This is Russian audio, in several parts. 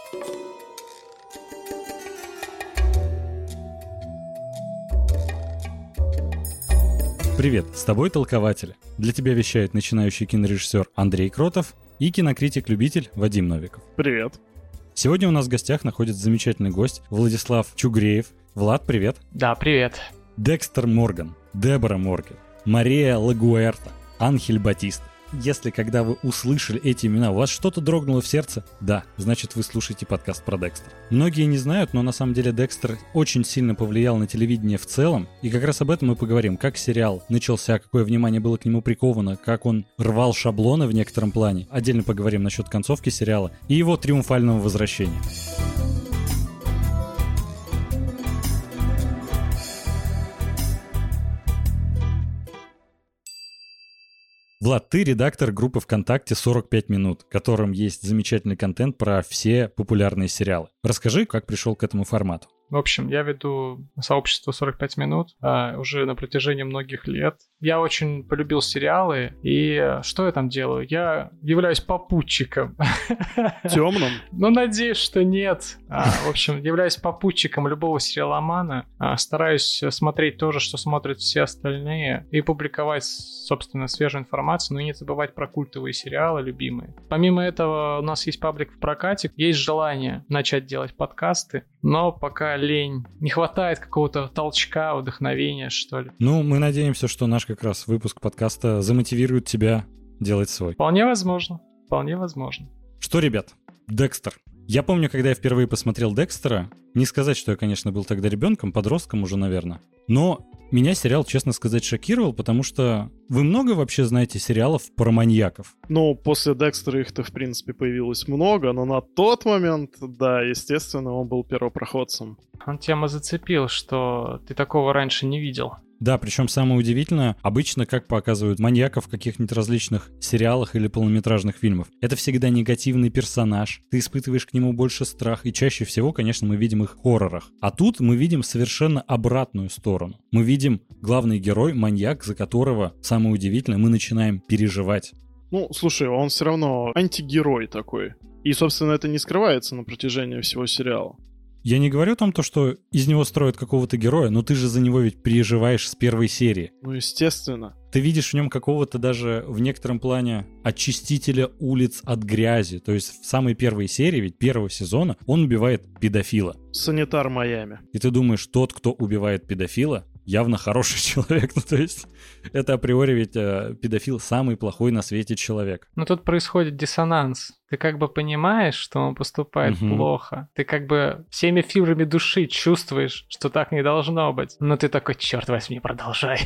Привет, с тобой Толкователи. Для тебя вещает начинающий кинорежиссер Андрей Кротов и кинокритик-любитель Вадим Новиков. Привет. Сегодня у нас в гостях находится замечательный гость Владислав Чугреев. Влад, привет. Да, привет. Декстер Морган, Дебора Морган, Мария Лагуэрта, Анхель Батиста. Если когда вы услышали эти имена, у вас что-то дрогнуло в сердце, да, значит вы слушаете подкаст про Декстера. Многие не знают, но на самом деле Декстер очень сильно повлиял на телевидение в целом, и как раз об этом мы поговорим, как сериал начался, какое внимание было к нему приковано, как он рвал шаблоны в некотором плане. Отдельно поговорим насчет концовки сериала и его триумфального возвращения. Влад, ты редактор группы ВКонтакте «45 минут», в котором есть замечательный контент про все популярные сериалы. Расскажи, как пришел к этому формату. В общем, я веду сообщество 45 минут уже на протяжении многих лет. Я очень полюбил сериалы, и что я там делаю? Я являюсь попутчиком. Темным? Ну, надеюсь, что нет. В общем, являюсь попутчиком любого сериаломана. Стараюсь смотреть то же, что смотрят все остальные, и публиковать, собственно, свежую информацию, но и не забывать про культовые сериалы любимые. Помимо этого, у нас есть паблик в прокате, есть желание начать делать подкасты, но пока лень. Не хватает какого-то толчка, вдохновения, что ли. Ну, мы надеемся, что наш как раз выпуск подкаста замотивирует тебя делать свой. Вполне возможно. Вполне возможно. Что, ребят, Декстер. Я помню, когда я впервые посмотрел Декстера, не сказать, что я, конечно, был тогда ребенком, подростком уже, наверное, но меня сериал, честно сказать, шокировал, потому что вы много вообще знаете сериалов про маньяков? Ну, после Декстера их-то, в принципе, появилось много, но на тот момент, да, естественно, он был первопроходцем. Он тема зацепил, что ты такого раньше не видел. Да, причем самое удивительное, обычно как показывают маньяков в каких-нибудь различных сериалах или полнометражных фильмах. Это всегда негативный персонаж, ты испытываешь к нему больше страх, и чаще всего, конечно, мы видим их в хоррорах. А тут мы видим совершенно обратную сторону. Мы видим главный герой, маньяк, за которого, самое удивительное, мы начинаем переживать. Ну, слушай, он все равно антигерой такой. И, собственно, это не скрывается на протяжении всего сериала. Я не говорю там то, что из него строят какого-то героя, но ты же за него ведь переживаешь с первой серии. Ну, естественно. Ты видишь в нем какого-то даже в некотором плане очистителя улиц от грязи. То есть в самой первой серии, ведь первого сезона, он убивает педофила. Санитар Майами. И ты думаешь, тот, кто убивает педофила, явно хороший человек. Ну, то есть это априори ведь педофил самый плохой на свете человек. Но тут происходит диссонанс. Ты как бы понимаешь, что он поступает плохо. Ты как бы всеми фибрами души чувствуешь, что так не должно быть. Но ты такой, черт возьми, продолжай.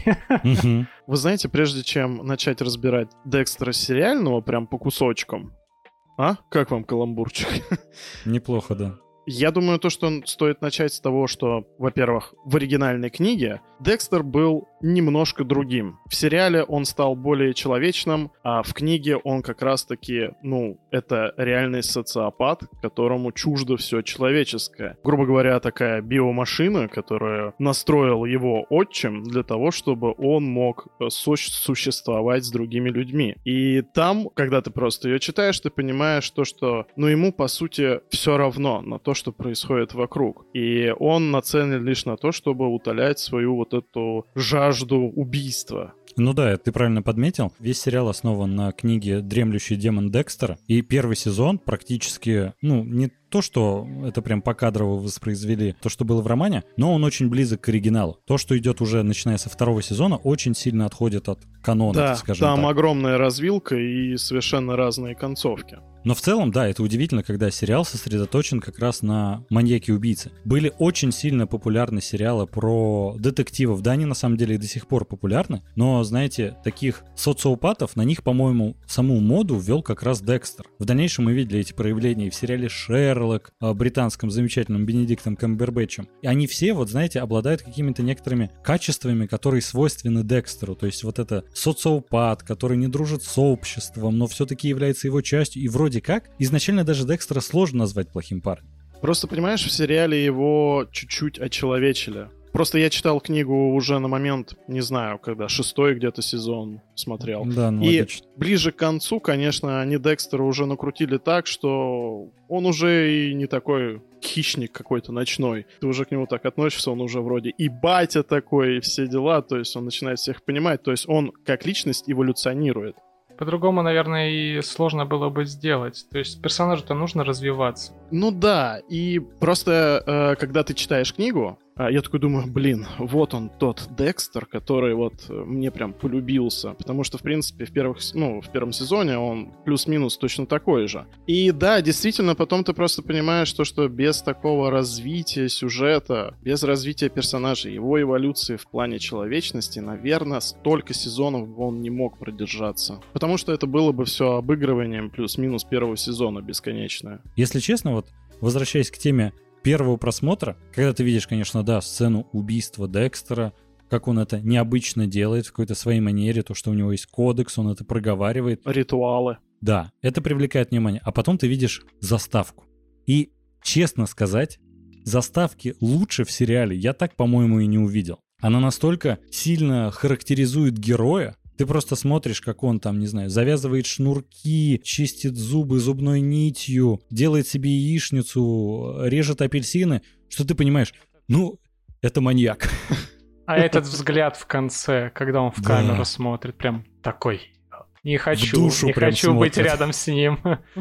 Вы знаете, прежде чем начать разбирать Декстера сериального прям по кусочкам, как вам каламбурчик? Неплохо, да. Я думаю, то, что стоит начать с того, что, во-первых, в оригинальной книге Декстер был немножко другим. В сериале он стал более человечным, а в книге он как раз-таки, это реальный социопат, которому чуждо все человеческое. Грубо говоря, такая биомашина, которую настроил его отчим для того, чтобы он мог существовать с другими людьми. И там, когда ты просто ее читаешь, ты понимаешь то, что, ему, по сути, все равно на то, что происходит вокруг. И он нацелен лишь на то, чтобы утолять свою вот эту жажду убийства. Ну да, ты правильно подметил. Весь сериал основан на книге «Дремлющий демон Декстера». И первый сезон практически, не то, что это прям покадрово воспроизвели, то, что было в романе, но он очень близок к оригиналу. То, что идет уже начиная со второго сезона, очень сильно отходит от канона, скажем так. Да, там огромная развилка и совершенно разные концовки. Но в целом, да, это удивительно, когда сериал сосредоточен как раз на маньяке-убийце. Были очень сильно популярны сериалы про детективов. Да, они на самом деле и до сих пор популярны, но, знаете, таких социопатов, на них, по-моему, саму моду ввел как раз Декстер. В дальнейшем мы видели эти проявления и в сериале «Шерлок», британском замечательном Бенедиктом Камбербэтчем. И они все, обладают какими-то некоторыми качествами, которые свойственны Декстеру. То есть вот это социопат, который не дружит с обществом, но все-таки является его частью, и вроде как, изначально даже Декстера сложно назвать плохим парнем. Просто, понимаешь, в сериале его чуть-чуть очеловечили. Просто я читал книгу уже на момент, не знаю, когда 6-й где-то сезон смотрел. Да, ну И логично. ближе к концу, конечно, они Декстера уже накрутили так, что он уже и не такой хищник какой-то ночной. Ты уже к нему так относишься, он уже вроде и батя такой, и все дела, то есть он начинает всех понимать, то есть он как личность эволюционирует. По-другому, наверное, и сложно было бы сделать. То есть персонажу-то нужно развиваться. Ну да, и просто когда ты читаешь книгу, я такой думаю, блин, вот он тот Декстер, который вот мне прям полюбился, потому что, в принципе, в первом сезоне он плюс-минус точно такой же. И да, действительно, потом ты просто понимаешь то, что без такого развития сюжета, без развития персонажей, его эволюции в плане человечности, наверное, столько сезонов он не мог продержаться. Потому что это было бы все обыгрыванием плюс-минус первого сезона бесконечное. Если честно, вот возвращаясь к теме первого просмотра, когда ты видишь, конечно, да, сцену убийства Декстера, как он это необычно делает в какой-то своей манере, то, что у него есть кодекс, он это проговаривает. Ритуалы. Да, это привлекает внимание. А потом ты видишь заставку. И, честно сказать, заставки лучше в сериале я так, по-моему, и не увидел. Она настолько сильно характеризует героя. Ты просто смотришь, как он там, не знаю, завязывает шнурки, чистит зубы зубной нитью, делает себе яичницу, режет апельсины, что ты понимаешь, ну, это маньяк. А этот взгляд в конце, когда он в камеру смотрит, прям такой: не хочу быть рядом с ним.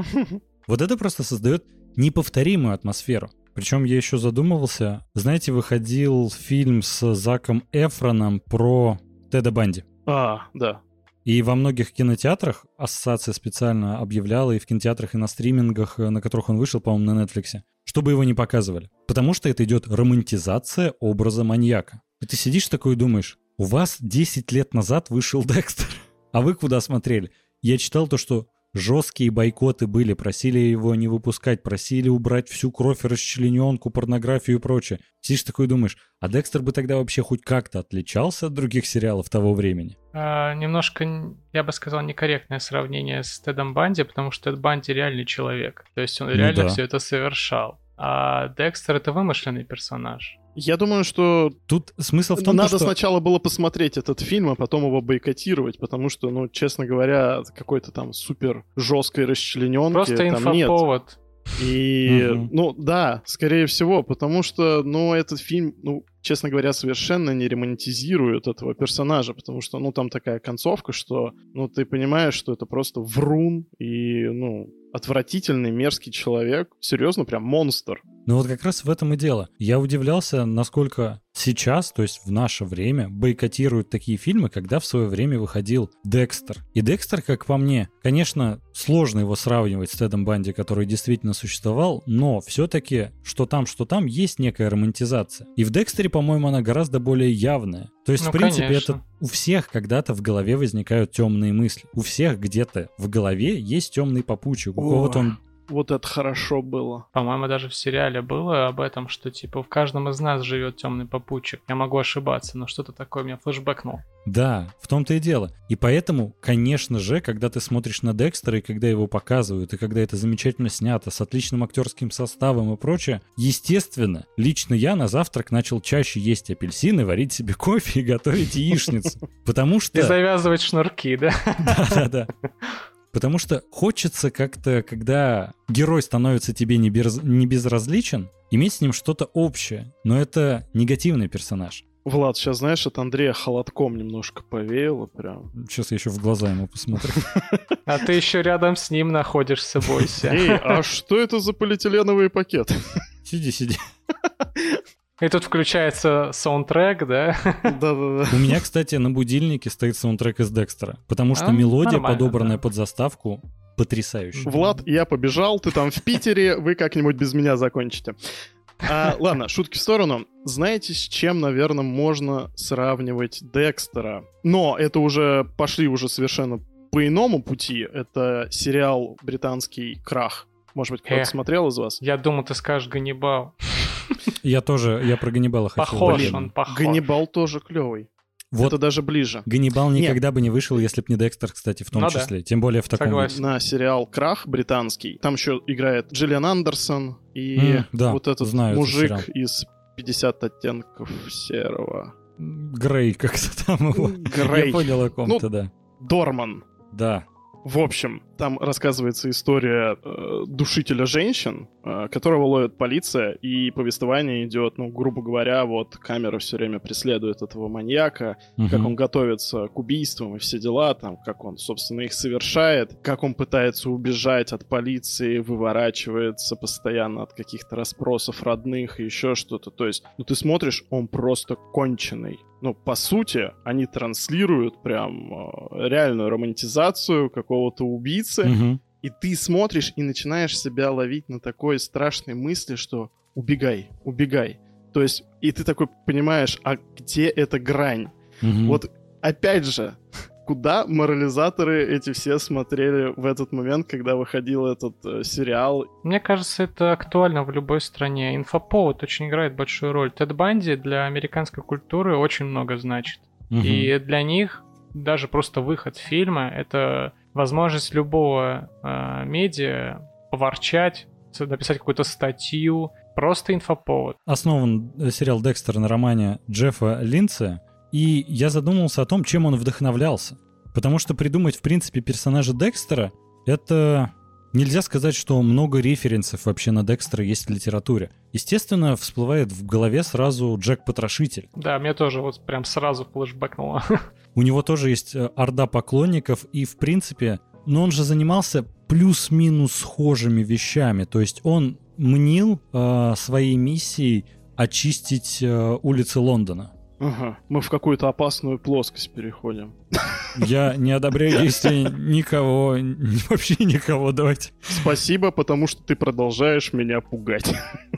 Вот это просто создает неповторимую атмосферу. Причем я еще задумывался, знаете, выходил фильм с Заком Эфроном про Теда Банди. Да. И во многих кинотеатрах ассоциация специально объявляла, и в кинотеатрах, и на стримингах, на которых он вышел, по-моему, на Netflix, чтобы его не показывали. Потому что это идет романтизация образа маньяка. И ты сидишь такой и думаешь, у вас 10 лет назад вышел Декстер, а вы куда смотрели? Я читал то, что жесткие бойкоты были, просили его не выпускать, просили убрать всю кровь, расчлененку, порнографию и прочее. Сидишь такой и думаешь, а Декстер бы тогда вообще хоть как-то отличался от других сериалов того времени? Немножко, я бы сказал, некорректное сравнение с Тедом Банди, потому что Тед Банди реальный человек. То есть он реально все это совершал. А Декстер — это вымышленный персонаж. Я думаю, что тут смысл в том, надо что сначала было посмотреть этот фильм, а потом его бойкотировать, потому что, ну, честно говоря, какой-то там супер жесткой расчлененки просто там инфоповод. нет. И, ну, да, скорее всего, потому что, ну, этот фильм, ну, честно говоря, совершенно не романтизирует этого персонажа, потому что, ну, там такая концовка, что, ну, ты понимаешь, что это просто врун и, ну, отвратительный, мерзкий человек. Серьезно, прям монстр. Ну вот как раз в этом и дело. Я удивлялся, насколько сейчас, то есть в наше время, бойкотируют такие фильмы, когда в свое время выходил Декстер. И Декстер, как по мне, конечно, сложно его сравнивать с Тедом Банди, который действительно существовал, но все-таки что там, есть некая романтизация. И в Декстере, по-моему, она гораздо более явная. То есть, в принципе, конечно. это у всех когда-то в голове возникают темные мысли. У всех где-то в голове есть темный попутчик. У кого-то он... Вот это хорошо было. По-моему, даже в сериале было об этом, что типа в каждом из нас живет темный попутчик. Я могу ошибаться, но что-то такое меня флешбэкнул. Да, в том-то и дело. И поэтому, конечно же, когда ты смотришь на Декстера, и когда его показывают, и когда это замечательно снято, с отличным актерским составом и прочее, естественно, лично я на завтрак начал чаще есть апельсины, варить себе кофе и готовить яичницу. Потому что... И завязывать шнурки, да? Да. Потому что хочется как-то, когда герой становится тебе не безразличен, иметь с ним что-то общее. Но это негативный персонаж. Влад, сейчас, знаешь, от Андрея холодком немножко повеяло прям. Сейчас я еще в глаза ему посмотрю. А ты еще рядом с ним находишься, бойся. Эй, а что это за полиэтиленовый пакет? Сиди. И тут включается саундтрек, да? Да. У меня, кстати, на будильнике стоит саундтрек из Декстера, потому что мелодия, подобранная под заставку, потрясающая. Влад, я побежал, ты там в Питере, вы как-нибудь без меня закончите. Ладно, шутки в сторону. Знаете, с чем, наверное, можно сравнивать Декстера? Но это уже пошли уже совершенно по иному пути. Это сериал британский «Крах». Может быть, кто-то смотрел из вас? Я думал, ты скажешь «Ганнибал». Я про Ганнибала хочу. Он похож. Ганнибал тоже клевый. Вот. Это даже ближе. Ганнибал никогда бы не вышел, если бы не Декстер, кстати, в том числе. Да. Тем более в таком... На сериал «Крах» британский. Там еще играет Джиллиан Андерсон и вот этот мужик из 50 оттенков серого. Грей, как-то там его. Грей. Я понял о ком-то, да. Дорман. Да. В общем, там рассказывается история душителя женщин, которого ловит полиция, и повествование идет, ну, грубо говоря, вот камера все время преследует этого маньяка, как он готовится к убийствам и все дела, там, как он, собственно, их совершает, как он пытается убежать от полиции, выворачивается постоянно от каких-то расспросов родных и еще что-то. То есть, ну, ты смотришь, он просто конченый. Ну, по сути, они транслируют прям реальную романтизацию какого-то убийцы, и ты смотришь и начинаешь себя ловить на такой страшной мысли, что убегай, убегай. То есть, и ты такой понимаешь, а где эта грань? Вот, опять же, куда морализаторы эти все смотрели в этот момент, когда выходил этот сериал? Мне кажется, это актуально в любой стране. Инфоповод очень играет большую роль. Тед Банди для американской культуры очень много значит. И для них даже просто выход фильма — это возможность любого медиа поворчать, написать какую-то статью, просто инфоповод. Основан сериал «Декстер» на романе Джеффа Линдсея, и я задумался о том, чем он вдохновлялся. Потому что придумать, в принципе, персонажа Декстера — это... Нельзя сказать, что много референсов вообще на Декстера есть в литературе. Естественно, всплывает в голове сразу Джек-потрошитель. Да, мне тоже вот прям сразу флешбэкнуло. У него тоже есть орда поклонников, и, в принципе, но он же занимался плюс-минус схожими вещами. То есть он мнил своей миссией очистить улицы Лондона. Ага, мы в какую-то опасную плоскость переходим. Я не одобряю действия никого, вообще никого, давайте. Спасибо, потому что ты продолжаешь меня пугать.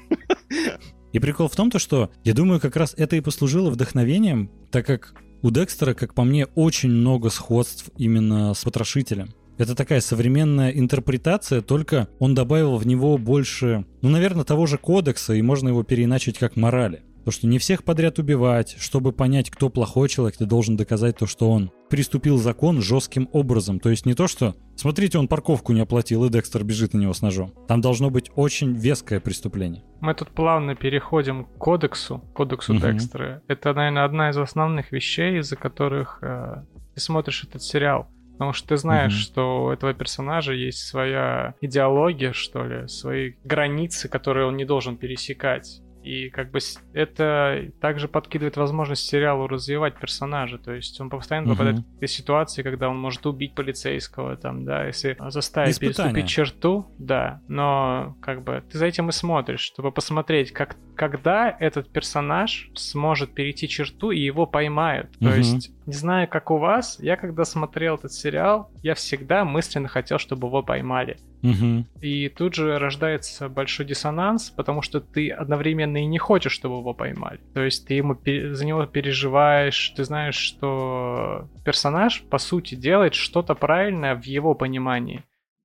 И прикол в том, что я думаю, как раз это и послужило вдохновением, так как у Декстера, как по мне, очень много сходств именно с Потрошителем. Это такая современная интерпретация, только он добавил в него больше, ну, наверное, того же кодекса, и можно его переиначить как морали. То, что не всех подряд убивать, чтобы понять, кто плохой человек, ты должен доказать то, что он приступил закон жестким образом. То есть не то, что смотрите, он парковку не оплатил, и Декстер бежит на него с ножом. Там должно быть очень веское преступление. Мы тут плавно переходим к кодексу Декстера. Это, наверное, одна из основных вещей, из-за которых ты смотришь этот сериал. Потому что ты знаешь, что у этого персонажа есть своя идеология, что ли, свои границы, которые он не должен пересекать. И как бы это также подкидывает возможность сериалу развивать персонажа. То есть он постоянно попадает в какие-то ситуации, когда он может убить полицейского, там, да, если заставить переступить черту, да. Но как бы ты за этим и смотришь, чтобы посмотреть, когда этот персонаж сможет перейти черту и его поймают. То есть, не знаю, как у вас, я когда смотрел этот сериал, я всегда мысленно хотел, чтобы его поймали. И тут же рождается большой диссонанс, потому что ты одновременно и не хочешь, чтобы его поймали. То есть ты за него переживаешь, ты знаешь, что персонаж, по сути, делает что-то правильное в его понимании.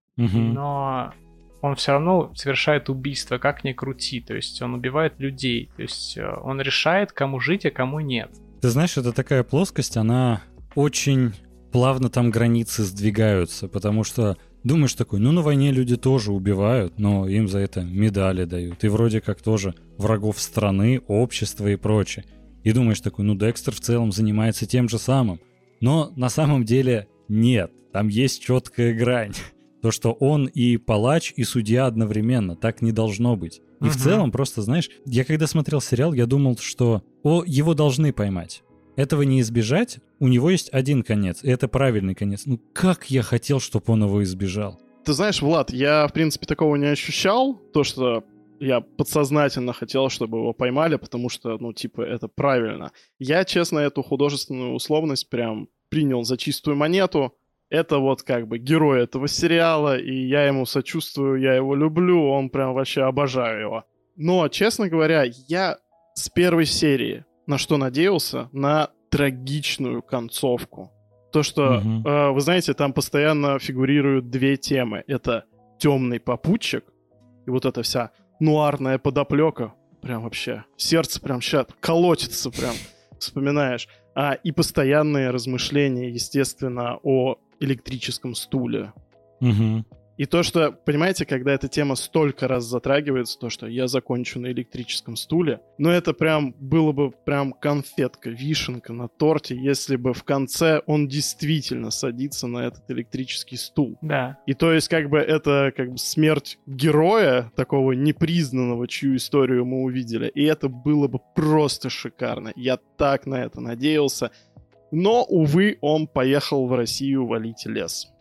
Но он все равно совершает убийство, как ни крути. То есть он убивает людей. То есть он решает, кому жить, а кому нет. Ты знаешь, это такая плоскость, она очень плавно там границы сдвигаются, потому что думаешь такой, ну на войне люди тоже убивают, но им за это медали дают. И вроде как тоже врагов страны, общества и прочее. И думаешь такой, ну Декстер в целом занимается тем же самым. Но на самом деле нет, там есть четкая грань. То, что он и палач, и судья одновременно. Так не должно быть. И в целом просто, знаешь, я когда смотрел сериал, я думал, что его должны поймать. Этого не избежать, у него есть один конец, и это правильный конец. Ну как я хотел, чтобы он его избежал? Ты знаешь, Влад, я, в принципе, такого не ощущал, то, что я подсознательно хотел, чтобы его поймали, потому что, ну, типа, это правильно. Я, честно, эту художественную условность прям принял за чистую монету. Это вот как бы герой этого сериала, и я ему сочувствую, я его люблю, он прям вообще обожаю его. Но, честно говоря, я с первой серии на что надеялся? На трагичную концовку. То, что, вы знаете, там постоянно фигурируют две темы. Это темный попутчик и вот эта вся нуарная подоплека. Прям вообще сердце прям сейчас колотится, прям вспоминаешь. И постоянные размышления, естественно, о электрическом стуле. И то, что, понимаете, когда эта тема столько раз затрагивается, то, что я закончу на электрическом стуле, ну это прям было бы прям конфетка, вишенка на торте, если бы в конце он действительно садится на этот электрический стул. Да. И то есть как бы это как бы смерть героя, такого непризнанного, чью историю мы увидели, и это было бы просто шикарно. Я так на это надеялся. Но, увы, он поехал в Россию валить лес.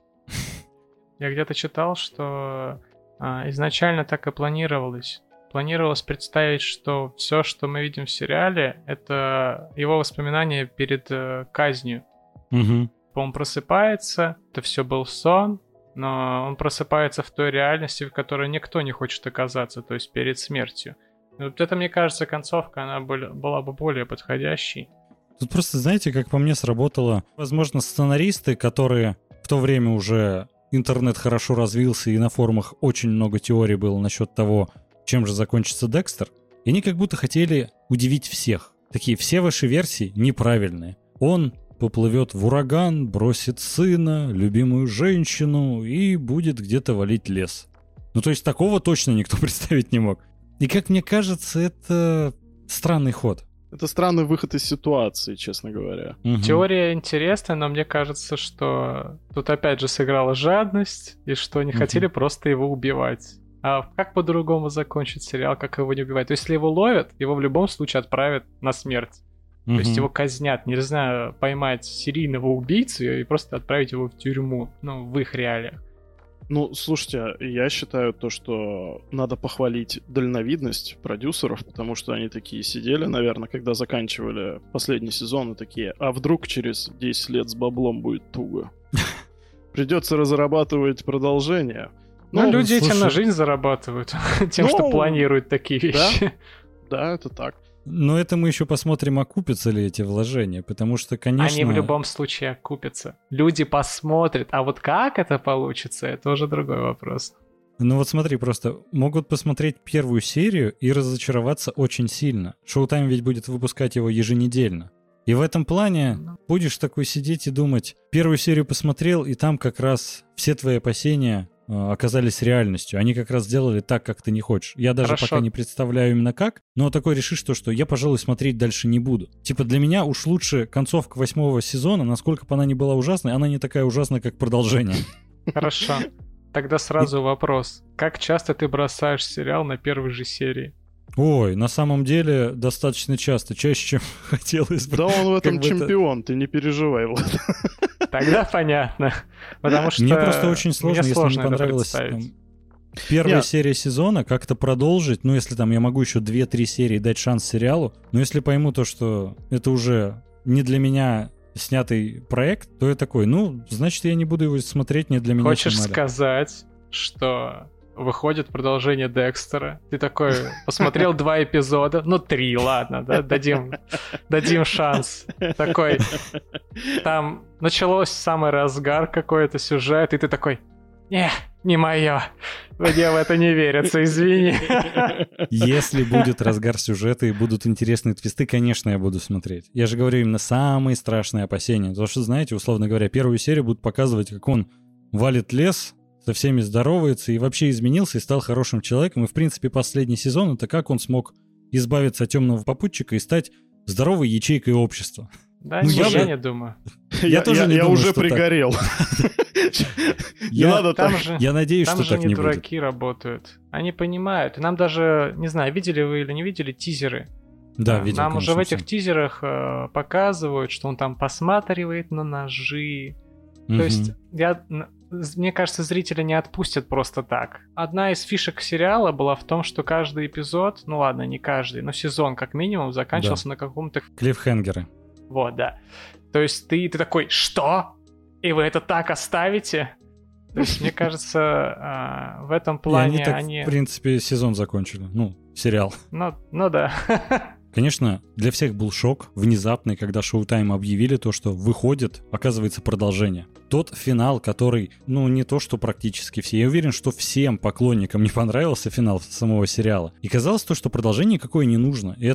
Я где-то читал, что изначально так и планировалось. Планировалось представить, что все, что мы видим в сериале, это его воспоминания перед казнью. Угу. Он просыпается, это все был сон, но он просыпается в той реальности, в которой никто не хочет оказаться, то есть перед смертью. И вот это, мне кажется, концовка, она была бы более подходящей. Тут просто, знаете, как по мне сработало, возможно, сценаристы, которые в то время уже... Интернет хорошо развился, и на форумах очень много теорий было насчет того, чем же закончится Декстер. И они как будто хотели удивить всех. Такие, все ваши версии неправильные. Он поплывет в ураган, бросит сына, любимую женщину и будет где-то валить лес. Ну, то есть такого точно никто представить не мог. И как мне кажется, это странный ход. Это странный выход из ситуации, честно говоря. Угу. Теория интересная, но мне кажется, что тут опять же сыграла жадность, и что не хотели просто его убивать. А как по-другому закончить сериал, как его не убивать? То есть, если его ловят, его в любом случае отправят на смерть. То есть его казнят. Нельзя поймать серийного убийцу и просто отправить его в тюрьму, ну, в их реалиях. Ну, слушайте, я считаю то, что надо похвалить дальновидность продюсеров, потому что они такие сидели, наверное, когда заканчивали последний сезон, и такие, а вдруг через 10 лет с баблом будет туго? Придется разрабатывать продолжение. Ну, люди этим на жизнь зарабатывают, тем, что планируют такие вещи. Да, это так. Но это мы еще посмотрим, окупятся ли эти вложения, потому что, конечно... Они в любом случае окупятся. Люди посмотрят, а вот как это получится, это уже другой вопрос. Ну вот смотри, просто могут посмотреть первую серию и разочароваться очень сильно. Showtime ведь будет выпускать его еженедельно. И в этом плане будешь такой сидеть и думать, первую серию посмотрел, и там как раз все твои опасения оказались реальностью. Они как раз сделали так, как ты не хочешь. Я даже пока не представляю именно как, но такой решишь, что я, пожалуй, смотреть дальше не буду. Типа для меня уж лучше концовка 8 сезона, насколько бы она ни была ужасной, она не такая ужасная, как продолжение. Хорошо. Тогда сразу вопрос. Как часто ты бросаешь сериал на первой же серии? Ой, на самом деле достаточно часто, чаще, чем хотелось бы. Да он в этом чемпион, ты не переживай, Влад. Тогда понятно. Потому что мне просто очень сложно, если не понравилась первая серия сезона, как-то продолжить. Ну, если там я могу еще 2-3 серии дать шанс сериалу, но если пойму то, что это уже не для меня снятый проект, то я такой, ну, значит, я не буду его смотреть, не для меня. Хочешь сказать, что выходит продолжение Декстера, ты такой посмотрел 2 эпизода, ну 3, ладно, да, дадим шанс. Такой, там началось самый разгар какой-то сюжет, и ты такой, не мое, мне в это не верится, извини. Если будет разгар сюжета и будут интересные твисты, конечно, я буду смотреть. Я же говорю именно самые страшные опасения. Потому что, знаете, условно говоря, первую серию будут показывать, как он валит лес, со всеми здоровается и вообще изменился и стал хорошим человеком. И, в принципе, последний сезон — это как он смог избавиться от темного попутчика и стать здоровой ячейкой общества. Да, ну, я не думаю. Я тоже не думаю, уже пригорел. Я надеюсь, что так не будет. Там же не дураки работают. Они понимают. И нам даже, не знаю, видели вы или не видели тизеры? Да, видел, нам уже в этих тизерах показывают, что он там посматривает на ножи. То есть, мне кажется, зрители не отпустят просто так. Одна из фишек сериала была в том, что каждый эпизод, ну ладно, не каждый, но сезон как минимум заканчивался на каком-то... Клиффхенгеры. Вот, да. То есть ты такой, что? И вы это так оставите? То есть, мне кажется, в этом плане они... в принципе, сезон закончили. Ну, сериал. Ну да. Конечно, для всех был шок внезапный, когда Showtime объявили то, что выходит, оказывается, продолжение. тот финал, который, не то что практически все, я уверен, что всем поклонникам не понравился финал самого сериала. И казалось то, что продолжение никакое не нужно. И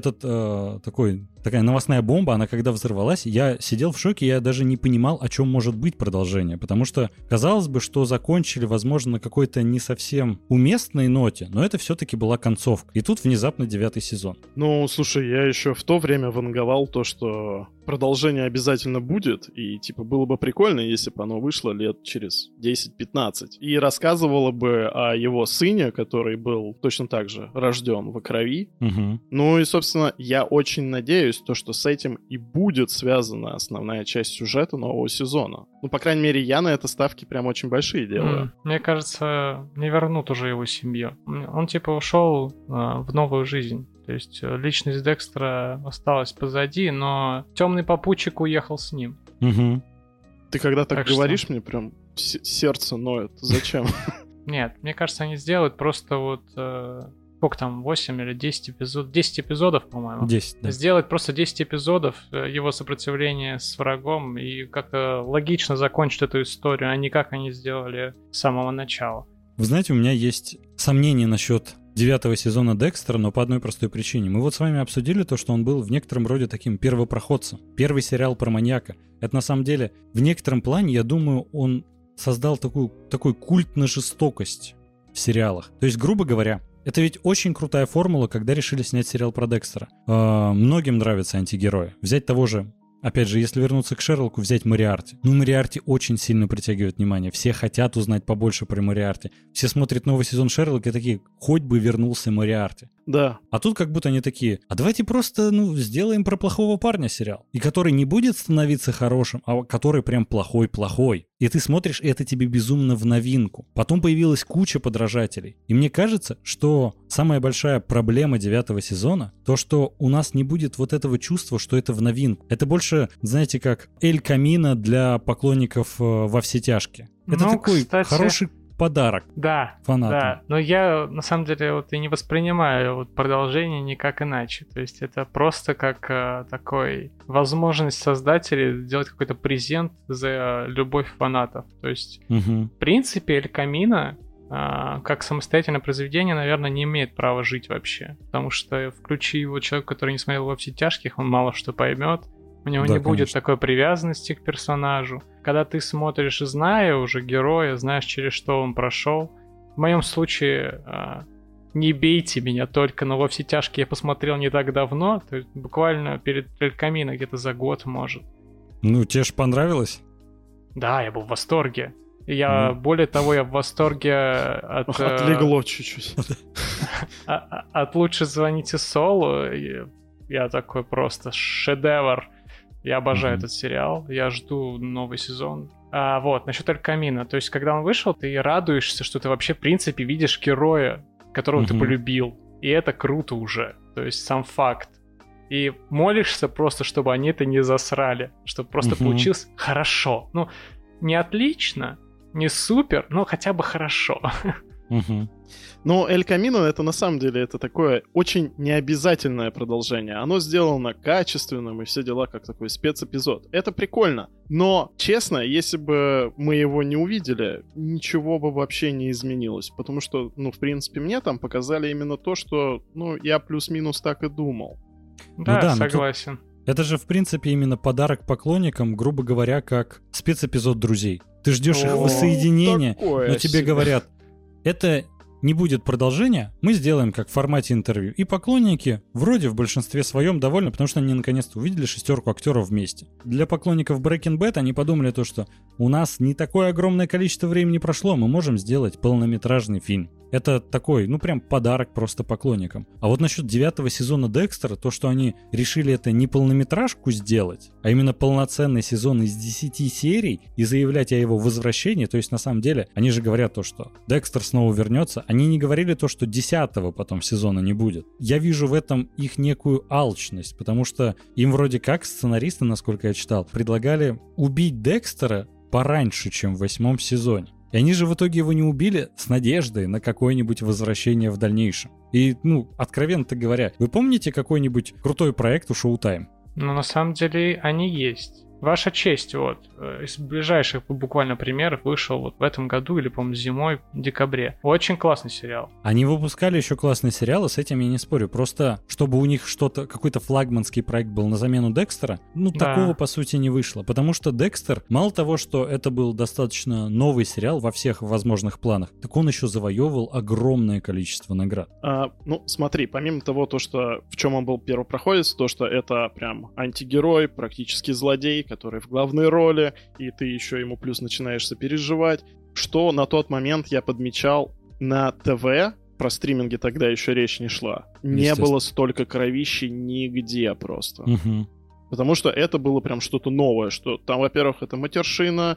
такая новостная бомба, она когда взорвалась, я сидел в шоке, я даже не понимал, о чем может быть продолжение, потому что казалось бы, что закончили, возможно, на какой-то не совсем уместной ноте, но это все-таки была концовка. И тут внезапно 9-й сезон. Слушай, я еще в то время ванговал то, что продолжение обязательно будет, и было бы прикольно, если бы оно вышло лет через 10-15, и рассказывало бы о его сыне, который был точно так же рожден во крови. Угу. И, собственно, я очень надеюсь, что с этим и будет связана основная часть сюжета нового сезона. По крайней мере, я на это ставки прям очень большие делаю. Мне кажется, не вернут уже его семью. Он ушел в новую жизнь. То есть личность Декстера осталась позади, но темный попутчик уехал с ним. Угу. Ты когда так говоришь, мне прям сердце ноет. Зачем? Нет, мне кажется, они сделают просто сколько там, 8 или 10 эпизодов? 10 эпизодов, по-моему. 10, да. Сделать просто 10 эпизодов его сопротивления с врагом и как-то логично закончить эту историю, а не как они сделали с самого начала. Вы знаете, у меня есть сомнения насчет 9-го сезона Декстера, но по одной простой причине. Мы с вами обсудили то, что он был в некотором роде таким первопроходцем. Первый сериал про маньяка. Это на самом деле в некотором плане, я думаю, он создал такой культ на жестокость в сериалах. То есть, грубо говоря, это ведь очень крутая формула, когда решили снять сериал про Декстера. Многим нравятся антигерои. Взять того же, опять же, если вернуться к Шерлоку, взять Мориарти. Мориарти очень сильно притягивает внимание. Все хотят узнать побольше про Мориарти. Все смотрят новый сезон Шерлока и такие, хоть бы вернулся Мориарти. Да. А тут как будто они такие, а давайте просто, сделаем про плохого парня сериал. И который не будет становиться хорошим, а который прям плохой-плохой. И ты смотришь, и это тебе безумно в новинку. Потом появилась куча подражателей. И мне кажется, что самая большая проблема 9-го сезона, то, что у нас не будет этого чувства, что это в новинку. Это больше, знаете, как Эль Камино для поклонников «Во все тяжкие». Это такой, кстати, хороший подарок фанатам. Да, но я на самом деле и не воспринимаю продолжение никак иначе. То есть это просто как такой возможность создателей сделать какой-то презент за любовь фанатов. То есть в принципе Эль Камино как самостоятельное произведение, наверное, не имеет права жить вообще. Потому что включи его человек, который не смотрел «Во все тяжких», он мало что поймет. У него не будет такой привязанности к персонажу. Когда ты смотришь, зная уже героя, знаешь, через что он прошел. В моем случае не бейте меня только, но «Во все тяжкие» я посмотрел не так давно, то есть буквально перед Эль Камино, где-то за год, может. Тебе же понравилось? Да, я был в восторге. Более того, я в восторге от... Отлегло чуть-чуть. От «Лучше звоните Солу». Я такой просто шедевр. Я обожаю этот сериал. Я жду новый сезон. Насчет Эль Камино. То есть, когда он вышел, ты радуешься, что ты вообще, в принципе, видишь героя, которого ты полюбил. И это круто уже. То есть, сам факт. И молишься просто, чтобы они это не засрали. Чтобы просто получилось хорошо. Не отлично, не супер, но хотя бы хорошо. Но Эль Камино это на самом деле это такое очень необязательное продолжение. Оно сделано качественным и все дела, как такой спецэпизод. Это прикольно. Но, честно, если бы мы его не увидели, ничего бы вообще не изменилось. Потому что, в принципе, мне там показали именно то, что, я плюс-минус так и думал. Да, согласен. Это же, в принципе, именно подарок поклонникам, грубо говоря, как спецэпизод «Друзей». Ты ждешь их воссоединения, но тебе говорят, это не будет продолжения, мы сделаем как в формате интервью. И поклонники вроде в большинстве своем довольны, потому что они наконец-то увидели 6 актеров вместе. Для поклонников Breaking Bad они подумали то, что у нас не такое огромное количество времени прошло, мы можем сделать полнометражный фильм. Это такой, прям подарок просто поклонникам. А вот насчет 9-го сезона Декстера, то, что они решили это не полнометражку сделать, а именно полноценный сезон из 10 серий и заявлять о его возвращении, то есть на самом деле они же говорят то, что Декстер снова вернется, они не говорили то, что 10-го потом сезона не будет. Я вижу в этом их некую алчность, потому что им вроде как сценаристы, насколько я читал, предлагали убить Декстера пораньше, чем в 8-м сезоне. И они же в итоге его не убили с надеждой на какое-нибудь возвращение в дальнейшем. И, откровенно-то говоря, вы помните какой-нибудь крутой проект у Showtime? На самом деле они есть. Ваша честь, вот, из ближайших буквально примеров вышел вот в этом году или, по-моему, зимой, в декабре. Очень классный сериал. Они выпускали еще классные сериалы, с этим я не спорю. Просто, чтобы у них что-то, какой-то флагманский проект был на замену Декстера, такого, по сути, не вышло. Потому что Декстер, мало того, что это был достаточно новый сериал во всех возможных планах, так он еще завоевывал огромное количество наград. Смотри, помимо того, что в чем он был первопроходец, то, что это прям антигерой, практически злодей, который в главной роли, и ты еще ему плюс начинаешь сопереживать, что на тот момент я подмечал на ТВ, про стриминги тогда еще речь не шла, не было столько кровищи нигде просто. Угу. Потому что это было прям что-то новое, что там, во-первых, это матершина.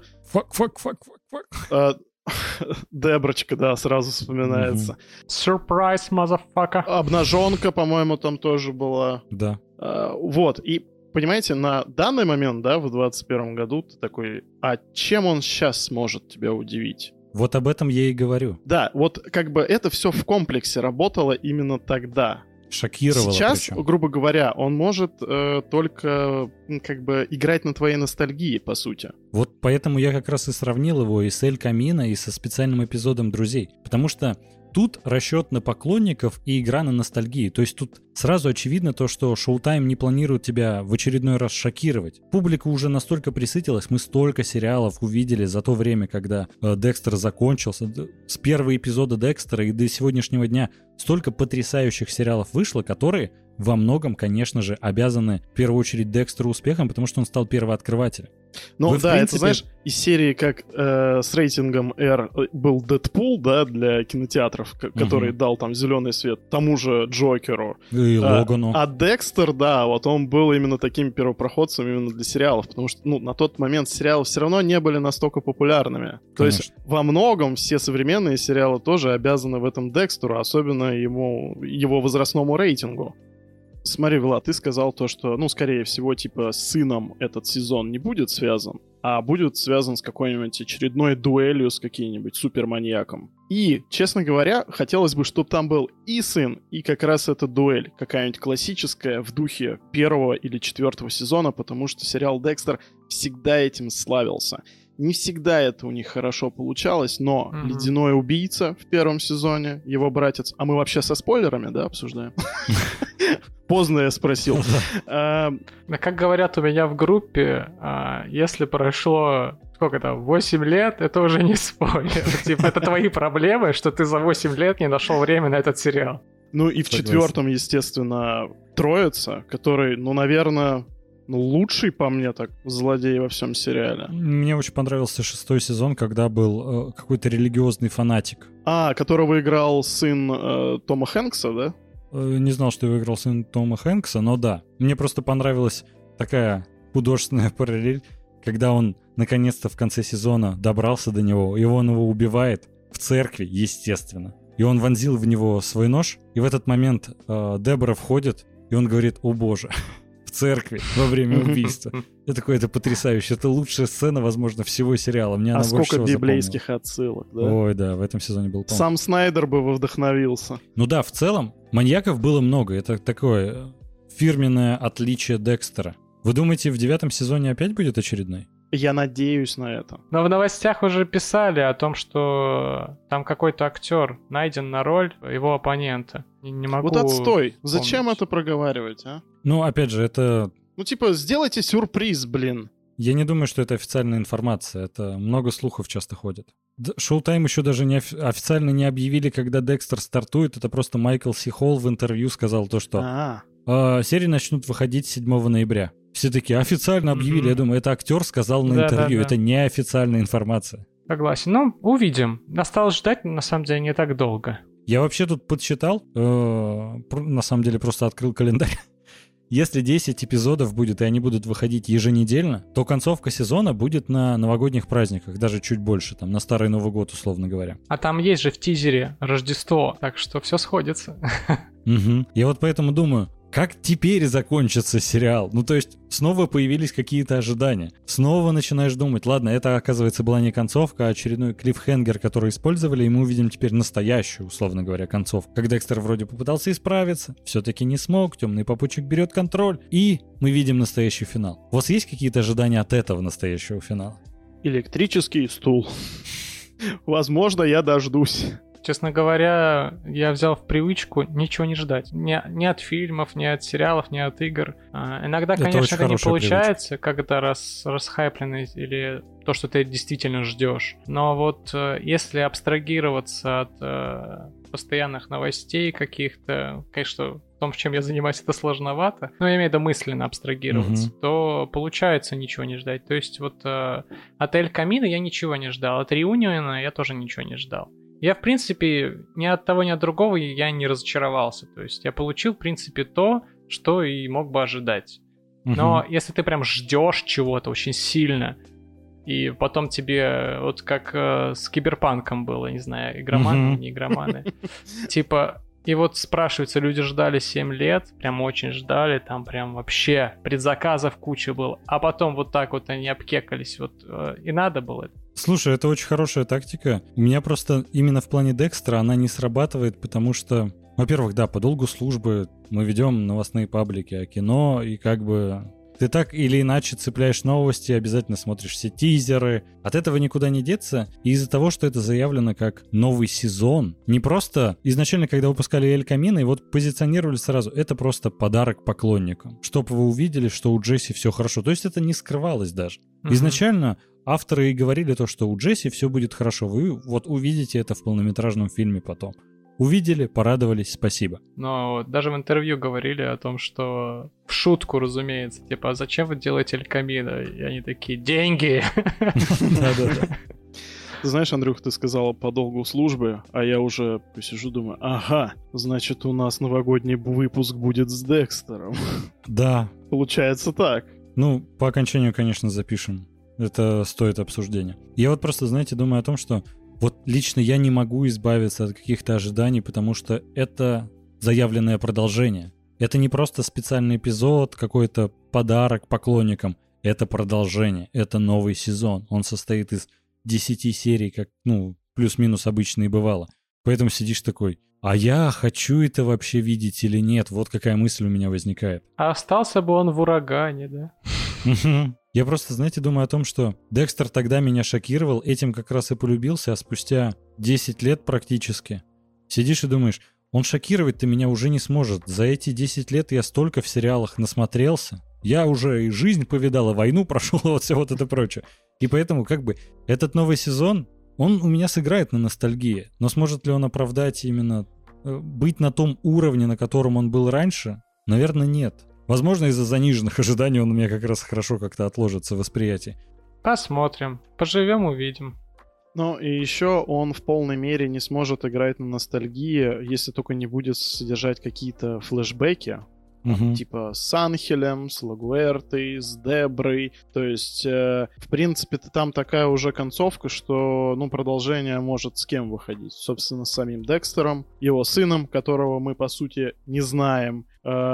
Деброчка, да, сразу вспоминается. Surprise, motherfucker. Обнаженка, по-моему, там тоже была. Да. Вот, и понимаете, на данный момент, да, в 2021 году ты такой, а чем он сейчас сможет тебя удивить? Вот об этом я и говорю. Да, вот как бы это все в комплексе работало именно тогда. Шокировало. Сейчас, причем. грубо говоря, он может только как бы играть на твоей ностальгии, по сути. Вот поэтому я как раз и сравнил его и с Эль Камино, и со специальным эпизодом «Друзей». Потому что тут расчет на поклонников и игра на ностальгии. То есть тут сразу очевидно то, что Showtime не планирует тебя в очередной раз шокировать. Публика уже настолько присытилась, мы столько сериалов увидели за то время, когда Декстер закончился. С первого эпизода Декстера и до сегодняшнего дня столько потрясающих сериалов вышло, которые во многом, конечно же, обязаны в первую очередь Декстеру успехом, потому что он стал первооткрывателем. Ну Вы, да, принципе... это, знаешь, из серии, как с рейтингом R был Дэдпул, да, для кинотеатров, который дал там зеленый свет тому же Джокеру. И Логану. А Декстер, да, вот он был именно таким первопроходцем именно для сериалов, потому что, на тот момент сериалы все равно не были настолько популярными. Конечно. То есть во многом все современные сериалы тоже обязаны в этом Декстеру, особенно его возрастному рейтингу. Смотри, Влад, ты сказал то, что, скорее всего, типа, с сыном этот сезон не будет связан, а будет связан с какой-нибудь очередной дуэлью с каким-нибудь суперманьяком. И, честно говоря, хотелось бы, чтобы там был и сын, и как раз эта дуэль, какая-нибудь классическая в духе 1 или 4 сезона, потому что сериал «Декстер» всегда этим славился. Не всегда это у них хорошо получалось, но «Ледяной убийца» в 1 сезоне, его братец... А мы вообще со спойлерами, да, обсуждаем? Поздно я спросил. Как говорят у меня в группе, если прошло, 8 лет, это уже не спойлер. Типа, это твои проблемы, что ты за 8 лет не нашел время на этот сериал. Ну и в 4, естественно, Троица, который, наверное... лучший, по мне, так, злодей во всем сериале. Мне очень понравился 6 сезон, когда был какой-то религиозный фанатик. Которого играл сын Тома Хэнкса, да? Не знал, что его играл сын Тома Хэнкса, но да. Мне просто понравилась такая художественная параллель, когда он наконец-то в конце сезона добрался до него, и он его убивает в церкви, естественно. И он вонзил в него свой нож, и в этот момент Дебора входит, и он говорит: «О боже», в церкви во время убийства. Я такой, это потрясающе. Это лучшая сцена, возможно, всего сериала. Мне она больше всего сколько библейских отсылок, да? Ой, да, в этом сезоне был полный. Сам Снайдер бы вдохновился. Ну да, в целом, маньяков было много. Это такое фирменное отличие Декстера. Вы думаете, в 9 сезоне опять будет очередной? Я надеюсь на это. Но в новостях уже писали о том, что там какой-то актер найден на роль его оппонента. Не могу. Вот отстой. Помнить. Зачем это проговаривать, а? Ну, опять же, это... сделайте сюрприз, блин. Я не думаю, что это официальная информация. Это много слухов часто ходит. Showtime еще даже официально не объявили, когда Декстер стартует. Это просто Майкл Си Холл в интервью сказал то, что серии начнут выходить 7 ноября. Все такие официально объявили. Я думаю, это актер сказал на интервью. Это не официальная информация. Согласен. Увидим. Осталось ждать, на самом деле, не так долго. Я вообще тут подсчитал. На самом деле просто открыл календарь. Если 10 эпизодов будет, и они будут выходить еженедельно, то концовка сезона будет на новогодних праздниках, даже чуть больше, там, на Старый Новый год, условно говоря. А там есть же в тизере Рождество, так что все сходится. Я вот поэтому думаю, как теперь закончится сериал? Ну, то есть, снова появились какие-то ожидания. Снова начинаешь думать, ладно, это, оказывается, была не концовка, а очередной клиффхенгер, который использовали, и мы увидим теперь настоящую, условно говоря, концовку. Как Декстер вроде попытался исправиться, все-таки не смог, темный попутчик берет контроль, и мы видим настоящий финал. У вас есть какие-то ожидания от этого настоящего финала? Электрический стул. Возможно, я дождусь. Честно говоря, я взял в привычку ничего не ждать. Ни от фильмов, ни от сериалов, ни от игр. Иногда, Это конечно, очень это не хорошая получается, когда расхайпленный или то, что ты действительно ждешь. Но вот если абстрагироваться от постоянных новостей каких-то, конечно, в том, чем я занимаюсь, это сложновато, но я имею в виду мысленно абстрагироваться, то получается ничего не ждать. То есть вот от Эль Камино я ничего не ждал, от Реуниона я тоже ничего не ждал. Я, в принципе, ни от того, ни от другого я не разочаровался. То есть я получил, в принципе, то, что и мог бы ожидать. Но если ты прям ждешь чего-то очень сильно, и потом тебе, вот как с Киберпанком было, не знаю, игроманы, не игроманы, типа... И вот спрашивается, люди ждали 7 лет, прям очень ждали, там прям вообще предзаказов куча было, а потом вот так вот они обкекались, вот и надо было это. Слушай, это очень хорошая тактика. У меня просто именно в плане Декстера она не срабатывает, потому что, во-первых, да, по долгу службы мы ведем новостные паблики о кино, и как бы ты так или иначе цепляешь новости, обязательно смотришь все тизеры. От этого никуда не деться. И из-за того, что это заявлено как новый сезон, не просто изначально, когда выпускали Эль Камино, и вот позиционировали сразу, это просто подарок поклонникам. Чтоб вы увидели, что у Джесси все хорошо. То есть это не скрывалось даже. Изначально авторы и говорили то, что у Джесси все будет хорошо. Вы вот увидите это в полнометражном фильме потом. Увидели, порадовались, спасибо. Но даже в интервью говорили о том, что в шутку, разумеется, типа, а зачем вы делаете Эль Камино? И они такие, деньги! Да-да-да. Ты знаешь, Андрюх, ты сказала по долгу службы, а я уже посижу, думаю, ага, значит, у нас новогодний выпуск будет с Декстером. Да. Получается так. Ну, по окончанию, конечно, запишем. Это стоит обсуждения. Я вот просто, знаете, думаю о том, что вот лично я не могу избавиться от каких-то ожиданий, потому что это заявленное продолжение. Это не просто специальный эпизод, какой-то подарок поклонникам. Это продолжение, это новый сезон. Он состоит из 10 серий, как, ну, плюс-минус обычно и бывало. Поэтому сидишь такой, а я хочу это вообще видеть или нет? Вот какая мысль у меня возникает. А остался бы он в урагане, да? Я просто, знаете, думаю о том, что Декстер тогда меня шокировал, этим как раз и полюбился, а спустя 10 лет практически сидишь и думаешь, он шокировать-то меня уже не сможет. За эти 10 лет я столько в сериалах насмотрелся. Я уже и жизнь повидал, и войну прошел, вот все вот это прочее. И поэтому как бы этот новый сезон, он у меня сыграет на ностальгии. Но сможет ли он оправдать именно быть на том уровне, на котором он был раньше? Наверное, нет. Возможно, из-за заниженных ожиданий он у меня как раз хорошо как-то отложится в восприятии. Посмотрим. Поживем, увидим. Ну и еще он в полной мере не сможет играть на ностальгии, если только не будет содержать какие-то флешбеки. Типа с Анхелем, с Лагуэртой, с Деброй. То есть, в принципе, там такая уже концовка, что, ну, продолжение может с кем выходить. Собственно, с самим Декстером, его сыном, которого мы, по сути, не знаем,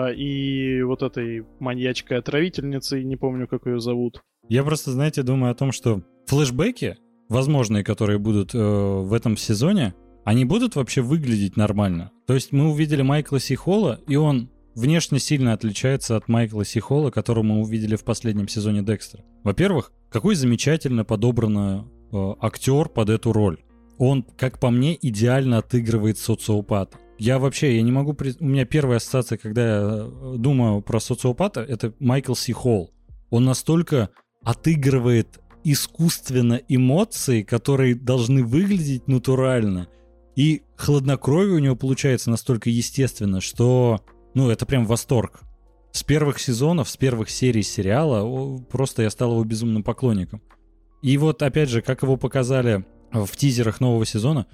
и вот этой маньячкой-отравительницей, не помню, как ее зовут. Я просто, знаете, думаю о том, что флешбеки, возможные, которые будут в этом сезоне, они будут вообще выглядеть нормально. То есть мы увидели Майкла Си Холла, и он внешне сильно отличается от Майкла Си Холла, которого мы увидели в последнем сезоне Декстера. Во-первых, какой замечательно подобран актер под эту роль. Он, как по мне, идеально отыгрывает социопата. Я не могу... У меня первая ассоциация, когда я думаю про социопата, это Майкл Си Холл. Он настолько отыгрывает искусственно эмоции, которые должны выглядеть натурально. И хладнокровие у него получается настолько естественно, что... Ну, это прям восторг. С первых сезонов, с первых серий сериала просто я стал его безумным поклонником. И вот, опять же, как его показали в тизерах нового сезона,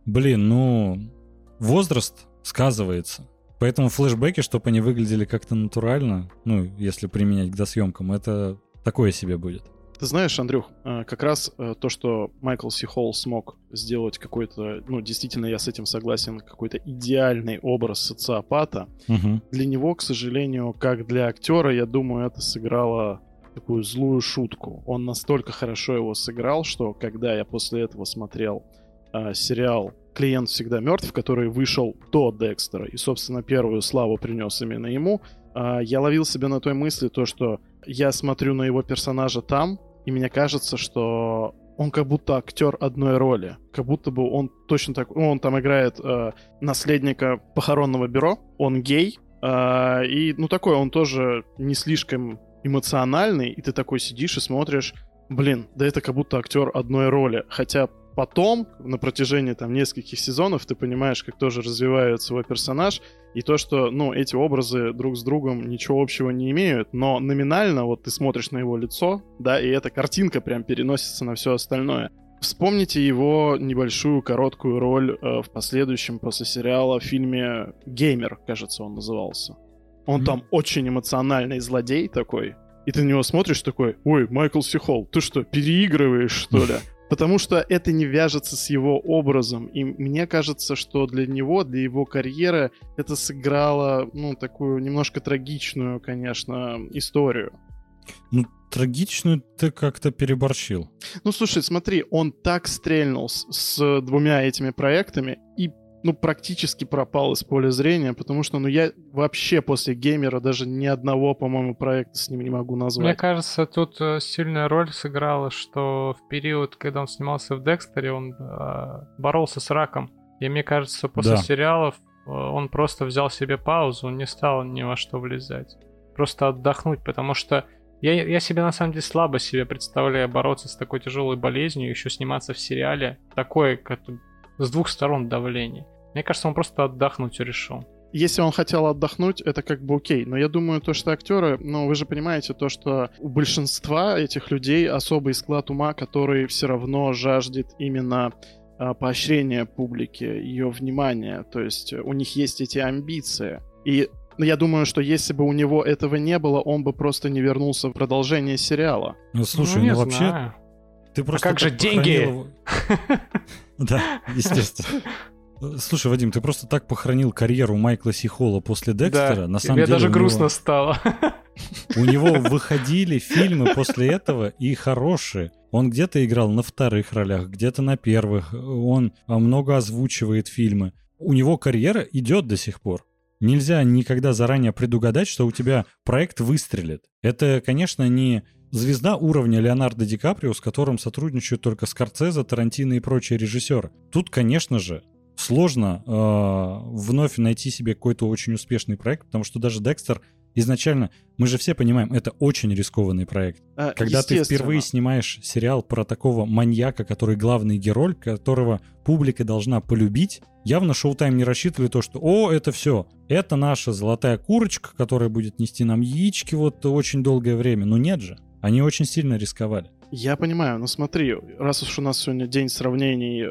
возраст сказывается. Поэтому флешбеки, чтобы они выглядели как-то натурально, ну, если применять к досъемкам, это такое себе будет. Ты знаешь, Андрюх, как раз то, что Майкл Си Холл смог сделать какой-то, ну, действительно, я с этим согласен, какой-то идеальный образ социопата, для него, к сожалению, как для актера, я думаю, это сыграло такую злую шутку. Он настолько хорошо его сыграл, что когда я после этого смотрел сериал «Клиент всегда мертв», который вышел до Декстера, и, собственно, первую славу принес именно ему, я ловил себя на той мысли, то, что я смотрю на его персонажа там, и мне кажется, что он как будто актер одной роли. Как будто бы он точно так... Ну, он там играет наследника похоронного бюро, он гей, и, ну, такой он тоже не слишком эмоциональный, и ты такой сидишь и смотришь, блин, да это как будто актер одной роли. Хотя потом, на протяжении там нескольких сезонов, ты понимаешь, как тоже развивается его персонаж, и то, что, ну, эти образы друг с другом ничего общего не имеют, но номинально вот ты смотришь на его лицо, да, и эта картинка прям переносится на все остальное. Вспомните его небольшую короткую роль в последующем после сериала в фильме «Геймер», кажется, он назывался. Он там очень эмоциональный злодей такой, и ты на него смотришь такой, ой, Майкл Си Холл, ты что, переигрываешь, что ли? Потому что это не вяжется с его образом. И мне кажется, что для него, для его карьеры, это сыграло, ну, такую немножко трагичную, конечно, историю. Ну, трагичную ты как-то переборщил. Ну, слушай, смотри, он так стрельнул с двумя этими проектами и, ну, практически пропал из поля зрения, потому что, ну, я вообще после «Геймера» даже ни одного, по-моему, проекта с ним не могу назвать. Мне кажется, тут сильная роль сыграла, что в период, когда он снимался в «Декстере», он боролся с раком. И мне кажется, после сериалов он просто взял себе паузу, он не стал ни во что влезать. Просто отдохнуть, потому что я себе, на самом деле, слабо себе представляю бороться с такой тяжелой болезнью, еще сниматься в сериале, такое, как с двух сторон давление. Мне кажется, он просто отдохнуть решил. Если он хотел отдохнуть, это как бы окей. Но я думаю, то, что актеры, ну, вы же понимаете, то, что у большинства этих людей особый склад ума, который все равно жаждет именно поощрения публики, ее внимания. То есть у них есть эти амбиции. И я думаю, что если бы у него этого не было, он бы просто не вернулся в продолжение сериала. Ну, слушай, ну вообще... Ты просто как же деньги? Да, естественно. Слушай, Вадим, ты просто так похоронил карьеру Майкла Си Холла после Декстера. Да, на самом деле, мне даже грустно стало. У него выходили фильмы после этого и хорошие. Он где-то играл на вторых ролях, где-то на первых. Он много озвучивает фильмы. У него карьера идет до сих пор. Нельзя никогда заранее предугадать, что у тебя проект выстрелит. Это, конечно, не звезда уровня Леонардо Ди Каприо, с которым сотрудничают только Скорсезе, Тарантино и прочие режиссеры. Тут, конечно же, сложно вновь найти себе какой-то очень успешный проект, потому что даже Декстер изначально, мы же все понимаем, это очень рискованный проект. Когда ты впервые снимаешь сериал про такого маньяка, который главный герой, которого публика должна полюбить, явно Showtime не рассчитывали то, что это все, это наша золотая курочка, которая будет нести нам яички вот очень долгое время. Но нет же, они очень сильно рисковали. Я понимаю, но смотри, раз уж у нас сегодня день сравнений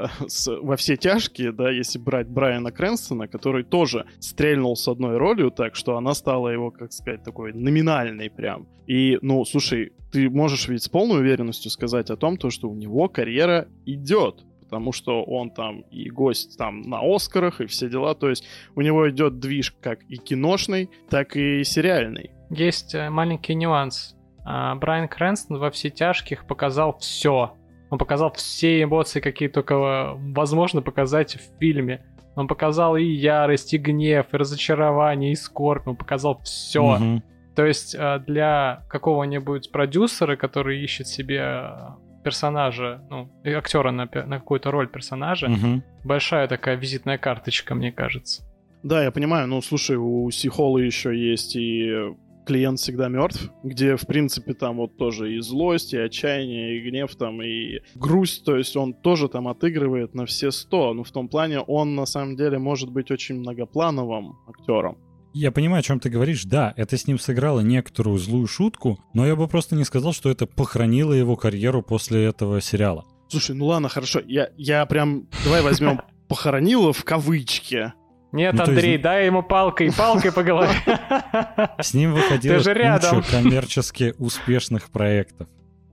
во все тяжкие, да, если брать Брайана Крэнстона, который тоже стрельнул с одной ролью так, что она стала его, как сказать, такой номинальной прям. И, ну, слушай, ты можешь ведь с полной уверенностью сказать о том, что у него карьера идет, потому что он там и гость там на Оскарах, и все дела, то есть у него идет движ как и киношный, так и сериальный. Есть маленький нюанс. Брайан Крэнстон во «Все тяжких» показал все. Он показал все эмоции, какие только возможно показать в фильме. Он показал и ярость, и гнев, и разочарование, и скорбь. Он показал все. Угу. То есть для какого-нибудь продюсера, который ищет себе персонажа, ну, актера на какую-то роль персонажа, большая такая визитная карточка, мне кажется. Да, я понимаю. Ну, слушай, у Си Холла еще есть и «Клиент всегда мертв», где, в принципе, там вот тоже и злость, и отчаяние, и гнев, там, и грусть, то есть он тоже там отыгрывает на все 100, но в том плане он, на самом деле, может быть очень многоплановым актером. Я понимаю, о чем ты говоришь, да, это с ним сыграло некоторую злую шутку, но я бы просто не сказал, что это похоронило его карьеру после этого сериала. Слушай, ну ладно, хорошо, я прям, давай возьмем «похоронило» в кавычки. Нет, ну, Андрей, есть... дай ему палкой по голове. С ним выходило куча коммерчески успешных проектов.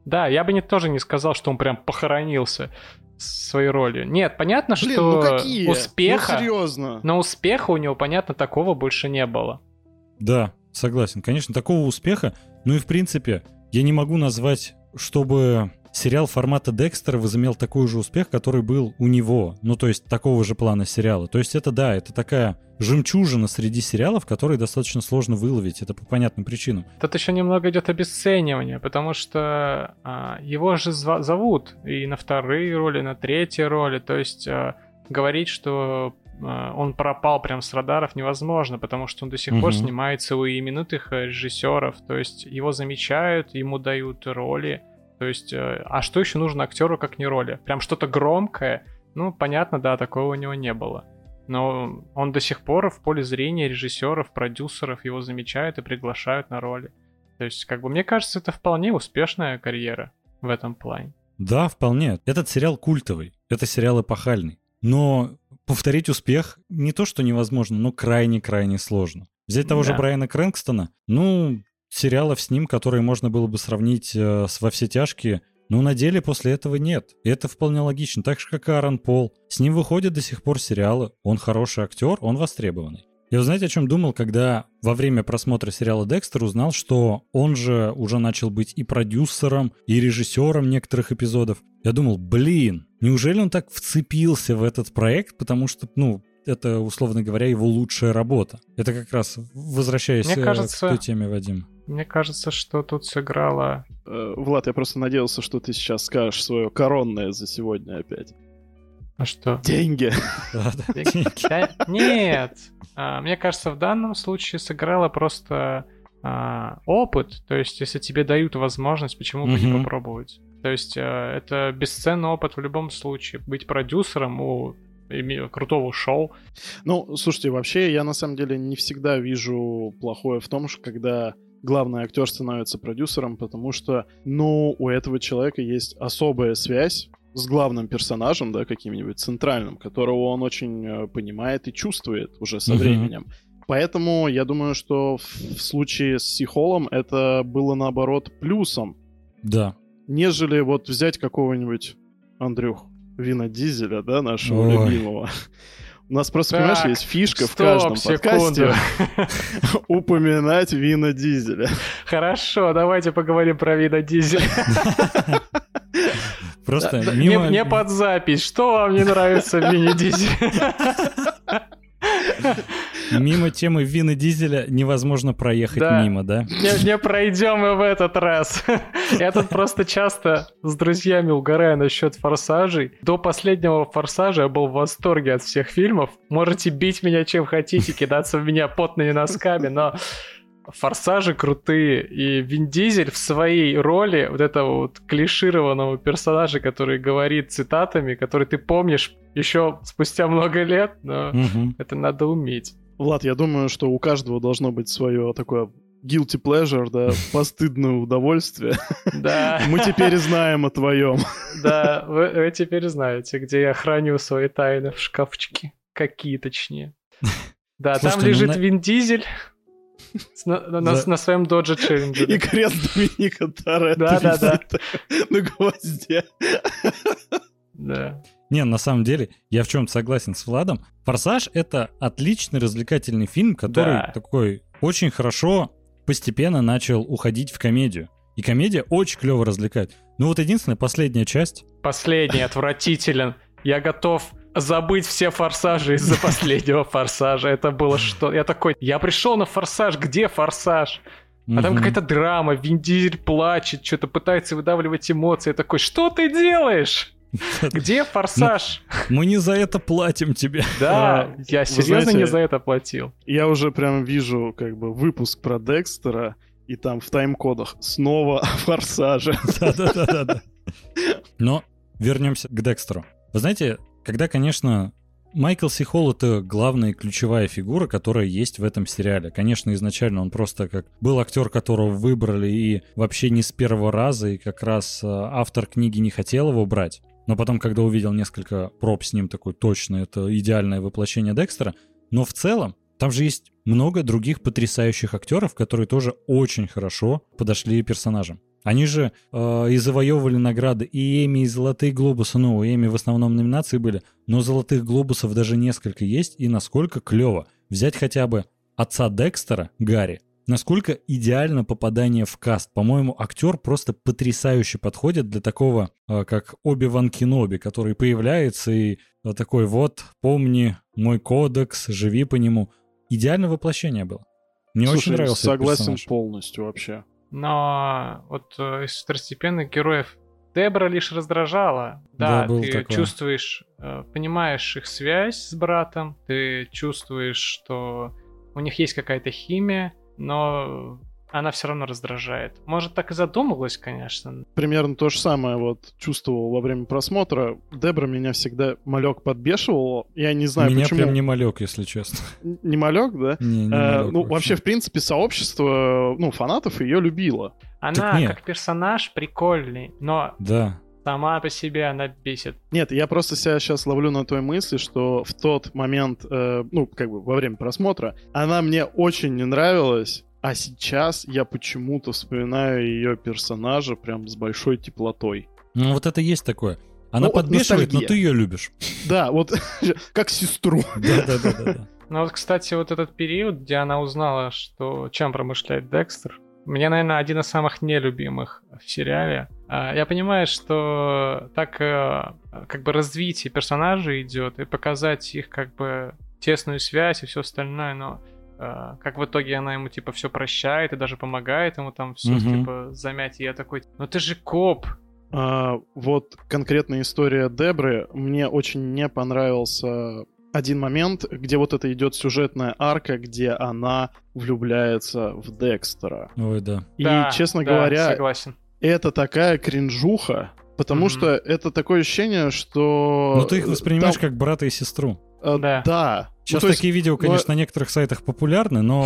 Да, я бы тоже не сказал, что он прям похоронился своей ролью. Нет, понятно, что какие? успеха... Ну, серьезно. Но успеха у него, понятно, такого больше не было. Да, согласен. Конечно, такого успеха. Ну и в принципе, я не могу назвать, чтобы сериал формата Декстера возымел такой же успех, который был у него. Ну, то есть такого же плана сериала. То есть это, да, это такая жемчужина среди сериалов, которые достаточно сложно выловить. Это по понятным причинам. Тут еще немного идет обесценивание, потому что его же зовут и на вторые роли, и на третьи роли. То есть говорить, что он пропал прям с радаров, невозможно, потому что он до сих пор снимается у именитых режиссеров. То есть его замечают, ему дают роли. То есть, а что еще нужно актеру, как не роли? Прям что-то громкое? Ну, понятно, да, такого у него не было. Но он до сих пор в поле зрения режиссеров, продюсеров, его замечают и приглашают на роли. То есть, как бы, мне кажется, это вполне успешная карьера в этом плане. Да, вполне. Этот сериал культовый, это сериал эпохальный. Но повторить успех не то, что невозможно, но крайне-крайне сложно. Взять того же Брайана Крэнкстона, ну, сериалов с ним, которые можно было бы сравнить с «Во все тяжкие», но на деле после этого нет. И это вполне логично. Так же, как и Аарон Пол. С ним выходят до сих пор сериалы. Он хороший актер, он востребованный. Я, знаете, о чем думал, когда во время просмотра сериала «Декстер» узнал, что он же уже начал быть и продюсером, и режиссером некоторых эпизодов. Я думал, неужели он так вцепился в этот проект, потому что, это, условно говоря, его лучшая работа. Это как раз возвращаясь к той теме, Вадим. Мне кажется, что тут сыграло... Влад, я просто надеялся, что ты сейчас скажешь свое коронное за сегодня опять. А что? Деньги. Нет. Мне кажется, в данном случае сыграло просто опыт. То есть, если тебе дают возможность, почему бы не попробовать? То есть, это бесценный опыт в любом случае. Быть продюсером у крутого шоу. Ну, слушайте, вообще я на самом деле не всегда вижу плохое в том, что когда главный актер становится продюсером, потому что, у этого человека есть особая связь с главным персонажем, да, каким-нибудь центральным, которого он очень понимает и чувствует уже со временем. Поэтому я думаю, что в случае с Си-Холлом это было, наоборот, плюсом. Да. Нежели вот взять какого-нибудь, Андрюх, Вина Дизеля, да, нашего любимого. У нас просто, понимаешь, есть фишка в каждом подкасте упоминать Вина Дизеля. Хорошо, давайте поговорим про Вина Дизеля. Просто мне под запись. Что вам не нравится в Вине Дизеле? Мимо темы Вина Дизеля невозможно проехать мимо, да? Не пройдем мы в этот раз. Я тут просто часто с друзьями угораю насчет «Форсажей». До последнего «Форсажа» я был в восторге от всех фильмов. Можете бить меня чем хотите, кидаться в меня потными носками, но «Форсажи» крутые. И Вин Дизель в своей роли вот этого вот клишированного персонажа, который говорит цитатами, который ты помнишь еще спустя много лет, но это надо уметь. Влад, я думаю, что у каждого должно быть свое такое guilty pleasure, да, постыдное удовольствие. Да. Мы теперь знаем о твоем. Да, вы теперь знаете, где я храню свои тайны в шкафчике. Какие точнее. Да, там лежит Вин Дизель на своем Dodge Challenger. И крест Доминика Торетто висит на гвозде. Да. Не, на самом деле, я в чем-то согласен с Владом. «Форсаж» — это отличный развлекательный фильм, который такой очень хорошо постепенно начал уходить в комедию. И комедия очень клево развлекает. Ну вот единственная, последняя часть. Последний отвратителен. Я готов забыть все «Форсажи» из-за последнего «Форсажа». Это было что? Я такой, я пришел на «Форсаж», где «Форсаж»? А там какая-то драма, Вин Дизель плачет, что-то пытается выдавливать эмоции. Я такой, что ты делаешь? Где «Форсаж»? Мы не за это платим тебе. Да, я серьезно не за это платил. Я уже прям вижу как бы выпуск про Декстера, и там в тайм-кодах снова о «Форсаже». Да. Но вернемся к Декстеру. Вы знаете, когда, конечно, Майкл Си Холл — это главная и ключевая фигура, которая есть в этом сериале. Конечно, изначально он просто как был актер, которого выбрали и вообще не с первого раза, и как раз автор книги не хотел его брать. Но потом, когда увидел несколько проб с ним, такой, точно, это идеальное воплощение Декстера. Но в целом, там же есть много других потрясающих актеров, которые тоже очень хорошо подошли персонажам. Они же и завоевывали награды, и Эмми, и Золотые глобусы. Ну, у Эмми в основном номинации были, но Золотых глобусов даже несколько есть, и насколько клево. Взять хотя бы отца Декстера, Гарри, насколько идеально попадание в каст. По-моему, актер просто потрясающе подходит для такого, как Оби-Ван Кеноби, который появляется и такой: вот, помни мой кодекс, живи по нему. Идеальное воплощение было. Мне Слушай, очень нравился этот согласен персонаж. полностью вообще. Но вот из второстепенных героев Дебра лишь раздражала. Да, Да, было ты такое. чувствуешь, понимаешь их связь с братом, ты чувствуешь, что у них есть какая-то химия, но она все равно раздражает. Может, так и задумывалась, конечно. Примерно то же самое вот чувствовал во время просмотра. Дебра меня всегда малек подбешивала. Я не знаю, Меня почему. прям не малек, если честно. Не малек, да? Не малек Ну, вообще, в принципе, сообщество, ну, фанатов ее любило. Она нет. как персонаж прикольный, но Да. сама по себе она бесит. Нет, я просто себя сейчас ловлю на той мысли, что в тот момент, ну, как бы во время просмотра, она мне очень не нравилась, а сейчас я почему-то вспоминаю ее персонажа прям с большой теплотой. Ну, вот это есть такое. Она Ну, вот подбешивает, но ностальгия. ты ее любишь. Да, вот как сестру. Да. Ну вот, кстати, вот этот период, где она узнала, что чем промышляет Декстер, мне, наверное, один из самых нелюбимых в сериале. Я понимаю, что так как бы развитие персонажей идет, и показать их как бы тесную связь и все остальное, но как в итоге она ему типа все прощает и даже помогает ему там все Мгм. типа замять. И я такой: ну ты же коп. Вот конкретная история Дебры. Мне очень не понравился один момент, где вот это идет сюжетная арка, где она влюбляется в Декстера. Ой, да. И, Да, честно да, говоря, согласен. это такая кринжуха, потому Мгм. что это такое ощущение, что... Ну, ты их воспринимаешь там- как брата и сестру. Да. Да. Сейчас Ну, то есть, такие видео, конечно, на некоторых сайтах популярны, но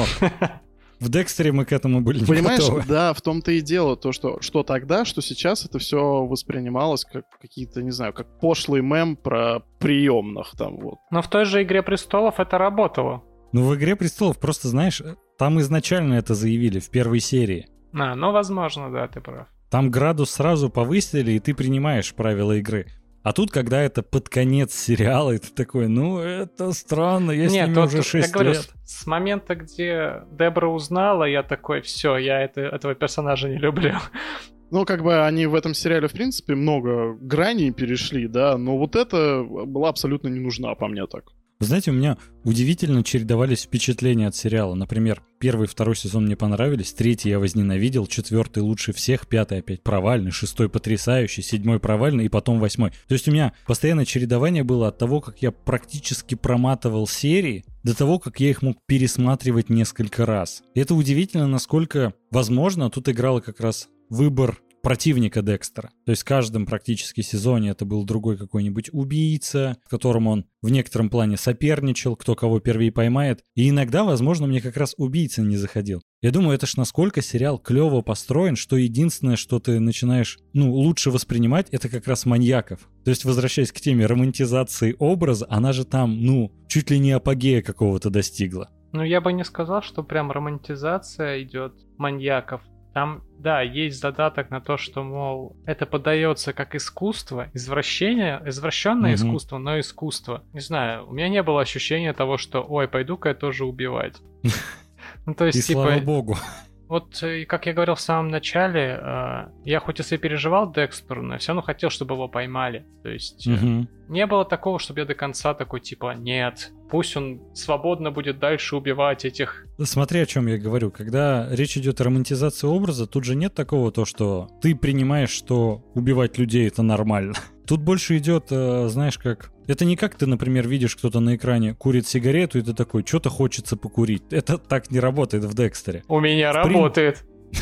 в Декстере мы к этому были не понимаешь, готовы. да, в том-то и дело, то, что тогда, что сейчас это все воспринималось как какие-то, не знаю, как пошлый мем про приемных там вот. Но в той же «Игре престолов» это работало. Ну, в «Игре престолов» просто, знаешь, там изначально это заявили в первой серии. Ну, возможно, да, ты прав. Там градус сразу повысили, и ты принимаешь правила игры. А тут, когда это под конец сериала, и ты такой: ну, это странно, я с Нет, ними вот уже я 6 говорю, лет. с момента, где Дебра узнала, я такой: все, я этого персонажа не люблю. Ну, как бы они в этом сериале, в принципе, много граней перешли, да, но вот это была абсолютно не нужна, по мне так. Вы знаете, у меня удивительно чередовались впечатления от сериала. Например, первый и второй сезон мне понравились, третий я возненавидел, четвертый лучше всех, пятый опять провальный, шестой потрясающий, седьмой провальный и потом восьмой. То есть у меня постоянное чередование было от того, как я практически проматывал серии, до того, как я их мог пересматривать несколько раз. И это удивительно, насколько, возможно, тут играло как раз выбор противника Декстера. То есть в каждом практически сезоне это был другой какой-нибудь убийца, с которым он в некотором плане соперничал, кто кого первее поймает. И иногда, возможно, мне как раз убийца не заходил. Я думаю, это ж насколько сериал клево построен, что единственное, что ты начинаешь, лучше воспринимать, это как раз маньяков. То есть, возвращаясь к теме романтизации образа, она же там, чуть ли не апогея какого-то достигла. Ну, я бы не сказал, что прям романтизация идет маньяков. Там, да, есть задаток на то, что, мол, это подается как искусство, извращенное искусство, но искусство. Не знаю, у меня не было ощущения того, что, ой, пойду-ка я тоже убивать. Ну, то есть, И слава богу. Вот, как я говорил в самом начале, я хоть и сопереживал Декстеру, но я все равно хотел, чтобы его поймали. То есть, не было такого, чтобы я до конца такой, типа, нет, пусть он свободно будет дальше убивать этих... Смотри, о чем я говорю. Когда речь идет о романтизации образа, тут же нет такого, что ты принимаешь, что убивать людей — это нормально. Тут больше идет, знаешь, как... Это не как ты, например, видишь, кто-то на экране курит сигарету, и ты такой: что-то хочется покурить. Это так не работает в Декстере. У меня работает.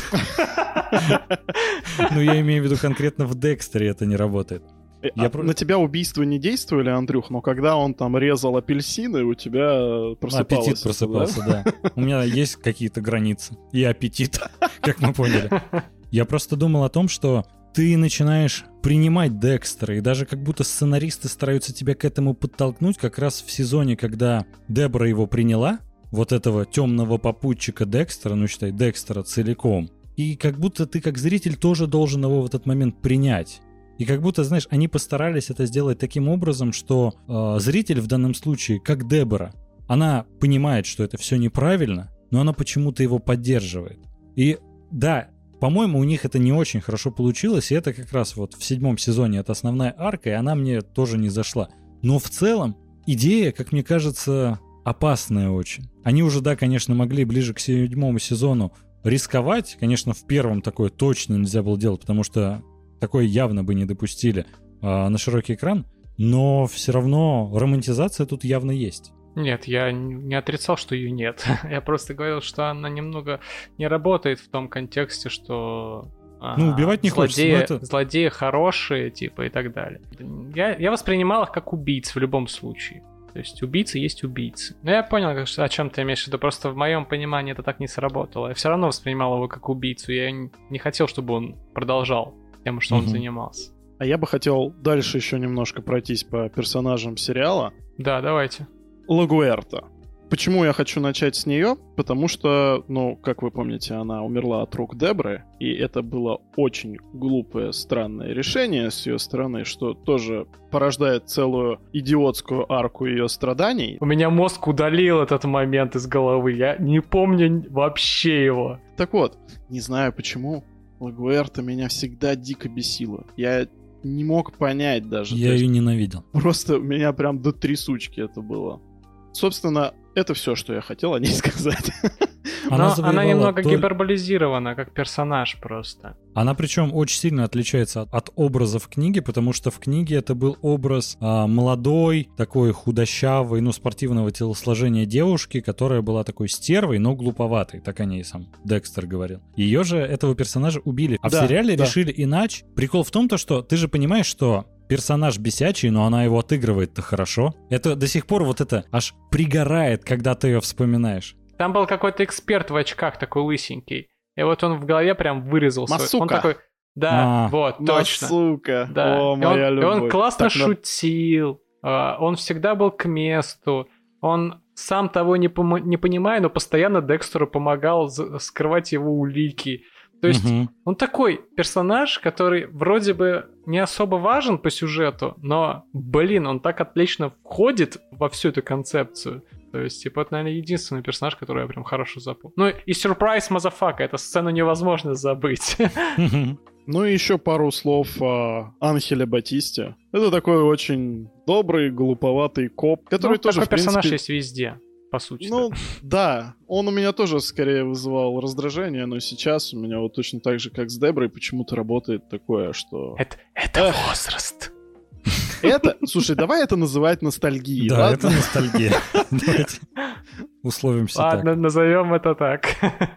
Ну, я имею в виду конкретно в Декстере это не работает. На тебя убийства не действовали, Андрюх, но когда он там резал апельсины, у тебя просыпалось. Аппетит просыпался, да. У меня есть какие-то границы. И аппетит, как мы поняли. Я просто думал о том, что ты начинаешь принимать Декстера, и даже как будто сценаристы стараются тебя к этому подтолкнуть как раз в сезоне, когда Дебра его приняла, вот этого темного попутчика Декстера, считай, Декстера целиком. и как будто ты как зритель тоже должен его в этот момент принять. И как будто, знаешь, они постарались это сделать таким образом, что зритель в данном случае, как Дебора, она понимает, что это все неправильно, но она почему-то его поддерживает. И да, по-моему, у них это не очень хорошо получилось, и это как раз вот в 7 сезоне это основная арка, и она мне тоже не зашла. Но в целом идея, как мне кажется, опасная очень. Они уже, да, конечно, могли ближе к 7 сезону рисковать. Конечно, в первом такое точно нельзя было делать, потому что такое явно бы не допустили на широкий экран, но все равно романтизация тут явно есть. Нет, я не отрицал, что ее нет. Я просто говорил, что она немного не работает в том контексте, что убивать не хочется. Злодеи хорошие, типа, и так далее. Я воспринимал их как убийц в любом случае. То есть убийцы есть убийцы. Но я понял, о чем ты имеешь в виду. Просто в моем понимании это так не сработало. Я все равно воспринимал его как убийцу. Я не хотел, чтобы он продолжал тем, что он занимался. А я бы хотел дальше еще немножко пройтись по персонажам сериала. Да, давайте. Лагуэрта. Почему я хочу начать с нее? Потому что, как вы помните, она умерла от рук Дебры, и это было очень глупое, странное решение с ее стороны, что тоже порождает целую идиотскую арку ее страданий. У меня мозг удалил этот момент из головы, я не помню вообще его. Так вот, не знаю почему, Лагуэрта меня всегда дико бесила. Я не мог понять даже. Я ее ненавидел. Просто у меня прям до трясучки это было. Собственно, это все, что я хотел о ней сказать. Она немного гиперболизирована, как персонаж просто. Она причем очень сильно отличается от образов книги, потому что в книге это был образ молодой, такой худощавой, спортивного телосложения девушки, которая была такой стервой, но глуповатой, так о ней сам Декстер говорил. Ее же, этого персонажа, убили. А в сериале решили иначе. Прикол в том, что ты же понимаешь, что персонаж бесячий, но она его отыгрывает-то хорошо. Это до сих пор вот это аж пригорает, когда ты ее вспоминаешь. Там был какой-то эксперт в очках, такой лысенький. И вот он в голове прям вырезался. Масука. Он такой, да, точно. Масука. Да. О, моя любовь. И он классно шутил. Он всегда был к месту. Он сам того не понимая, но постоянно Декстеру помогал скрывать его улики. То есть он такой персонаж, который вроде бы не особо важен по сюжету, но, он так отлично входит во всю эту концепцию. То есть, это, наверное, единственный персонаж, который я прям хорошо запомнил. И сюрприз мазафака, эту сцену невозможно забыть. И еще пару слов о Анхеле Батисте. Это такой очень добрый, глуповатый коп, который тоже, такой в принципе... персонаж есть везде. По сути. Да, он у меня тоже скорее вызывал раздражение, но сейчас у меня вот точно так же, как с Деброй, почему-то работает такое, что... Это возраст. Слушай, давай это называть ностальгией. Да, это ностальгия. Давайте условимся так. Ладно, назовем это так.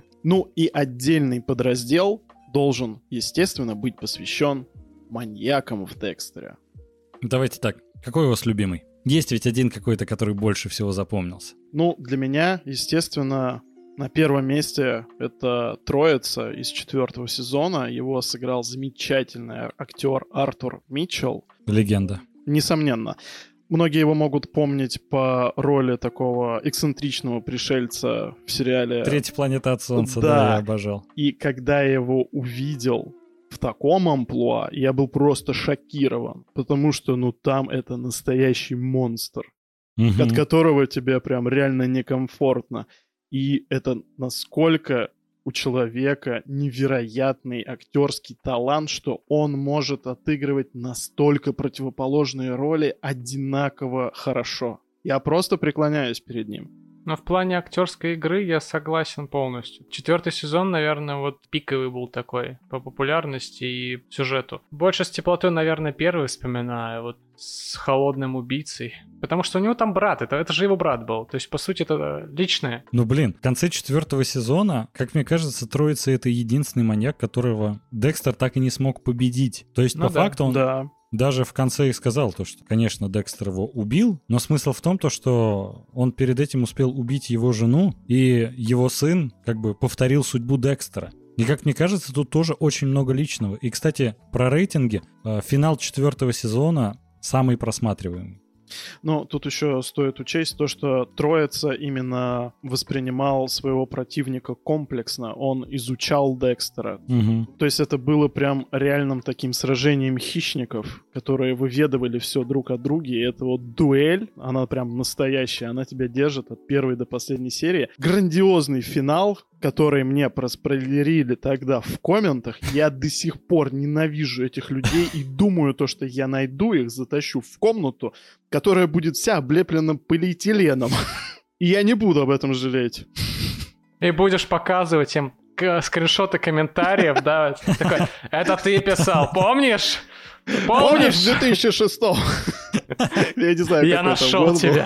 И отдельный подраздел должен, естественно, быть посвящен маньякам в Декстере. Давайте так. Какой у вас любимый? Есть ведь один какой-то, который больше всего запомнился. Для меня, естественно, на первом месте это троица из 4 сезона. Его сыграл замечательный актер Артур Митчелл. Легенда. Несомненно. Многие его могут помнить по роли такого эксцентричного пришельца в сериале «Третья планета от Солнца», да, я обожал. И когда я его увидел в таком амплуа, я был просто шокирован, потому что, там это настоящий монстр, от которого тебе прям реально некомфортно. И это насколько у человека невероятный актерский талант, что он может отыгрывать настолько противоположные роли одинаково хорошо. Я просто преклоняюсь перед ним. Но в плане актерской игры я согласен полностью. 4 сезон, наверное, пиковый был такой по популярности и сюжету. Больше с теплотой, наверное, первый вспоминаю, с холодным убийцей. Потому что у него там брат, это же его брат был. То есть, по сути, это личное. В конце 4 сезона, как мне кажется, троица — это единственный маньяк, которого Декстер так и не смог победить. То есть, по факту он... Да. Даже в конце и сказал то, что, конечно, Декстер его убил, но смысл в том, что он перед этим успел убить его жену, и его сын повторил судьбу Декстера. И, как мне кажется, тут тоже очень много личного. И, кстати, про рейтинги. Финал 4 сезона самый просматриваемый. Но тут еще стоит учесть то, что Троица именно воспринимал своего противника комплексно. Он изучал Декстера. Угу. То есть это было прям реальным таким сражением хищников, которые выведывали все друг от друга. И это вот дуэль, она прям настоящая. Она тебя держит от первой до последней серии. Грандиозный финал, который мне проспойлерили тогда в комментах. Я до сих пор ненавижу этих людей и думаю то, что я найду их, затащу в комнату, которая будет вся облеплена полиэтиленом. И я не буду об этом жалеть. И будешь показывать им скриншоты комментариев, да? Такой, это ты писал, помнишь? Помнишь в 2006? Я не знаю, я нашел тебя.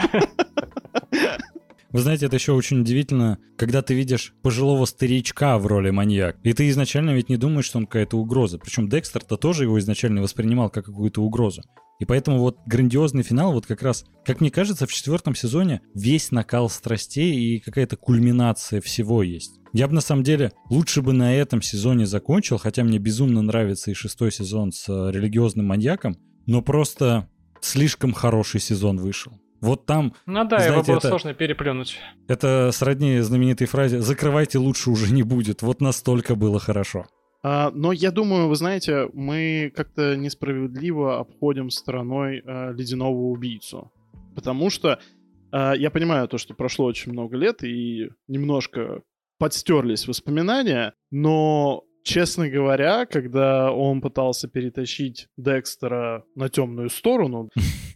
Вы знаете, это еще очень удивительно, когда ты видишь пожилого старичка в роли маньяка. И ты изначально ведь не думаешь, что он какая-то угроза. Причем Декстер-то тоже его изначально воспринимал как какую-то угрозу. И поэтому вот грандиозный финал, вот как раз, как мне кажется, в 4 сезоне весь накал страстей и какая-то кульминация всего есть. Я бы на самом деле лучше бы на этом сезоне закончил, хотя мне безумно нравится и 6 сезон с религиозным маньяком, но просто слишком хороший сезон вышел. Вот там... Ну да, знаете, его было сложно переплюнуть. Это сродни знаменитой фразе «закрывайте, лучше уже не будет». Вот настолько было хорошо. Но я думаю, вы знаете, мы как-то несправедливо обходим стороной «Ледяного убийцу». Потому что я понимаю то, что прошло очень много лет и немножко подстерлись воспоминания, но, честно говоря, когда он пытался перетащить Декстера на темную сторону...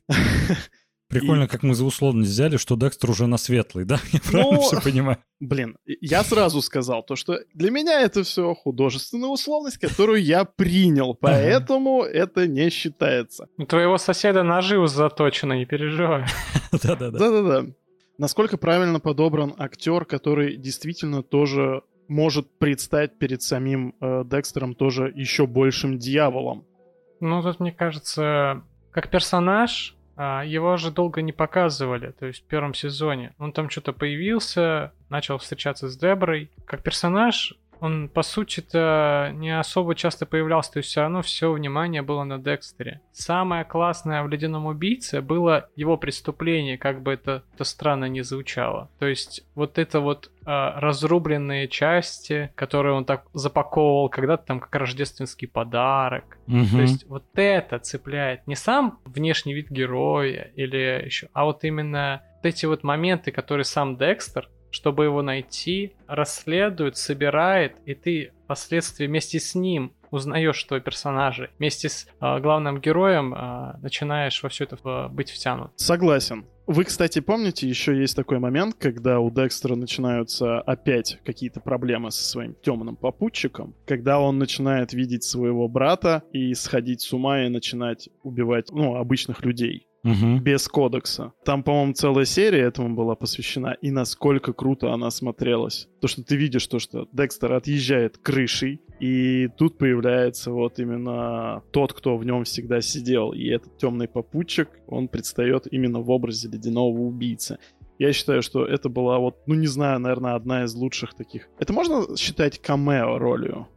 Прикольно, как мы за условность взяли, что Декстер уже на светлый, да? Я правильно все понимаю? Блин, я сразу сказал то, что для меня это все художественная условность, которую я принял, поэтому это не считается. У твоего соседа ножи заточены, не переживай. Да-да-да. Насколько правильно подобран актер, который действительно тоже может предстать перед самим Декстером тоже еще большим дьяволом? Ну, тут, мне кажется, как персонаж... Его же долго не показывали, то есть в 1 сезоне. Он там что-то появился, начал встречаться с Деброй. Как персонаж, он, по сути-то, не особо часто появлялся, то есть все равно все внимание было на Декстере. Самое классное в «Ледяном убийце» было его преступление, как бы это странно ни звучало. То есть вот это вот разрубленные части, которые он так запаковывал когда-то там как рождественский подарок. То есть вот это цепляет не сам внешний вид героя или еще, а вот именно вот эти вот моменты, которые сам Декстер, чтобы его найти, расследует, собирает, и ты впоследствии вместе с ним узнаешь этого персонажа, вместе с главным героем начинаешь во все это быть втянут. Согласен. Вы, кстати, помните, еще есть такой момент, когда у Декстера начинаются опять какие-то проблемы со своим темным попутчиком, когда он начинает видеть своего брата и сходить с ума и начинать убивать, обычных людей. Без кодекса. Там, по-моему, целая серия этому была посвящена, и насколько круто она смотрелась. То, что ты видишь, то, что Декстер отъезжает крышей, и тут появляется вот именно тот, кто в нем всегда сидел. И этот темный попутчик, он предстает именно в образе ледяного убийцы. Я считаю, что это была вот, не знаю, наверное, одна из лучших таких... Это можно считать камео ролью?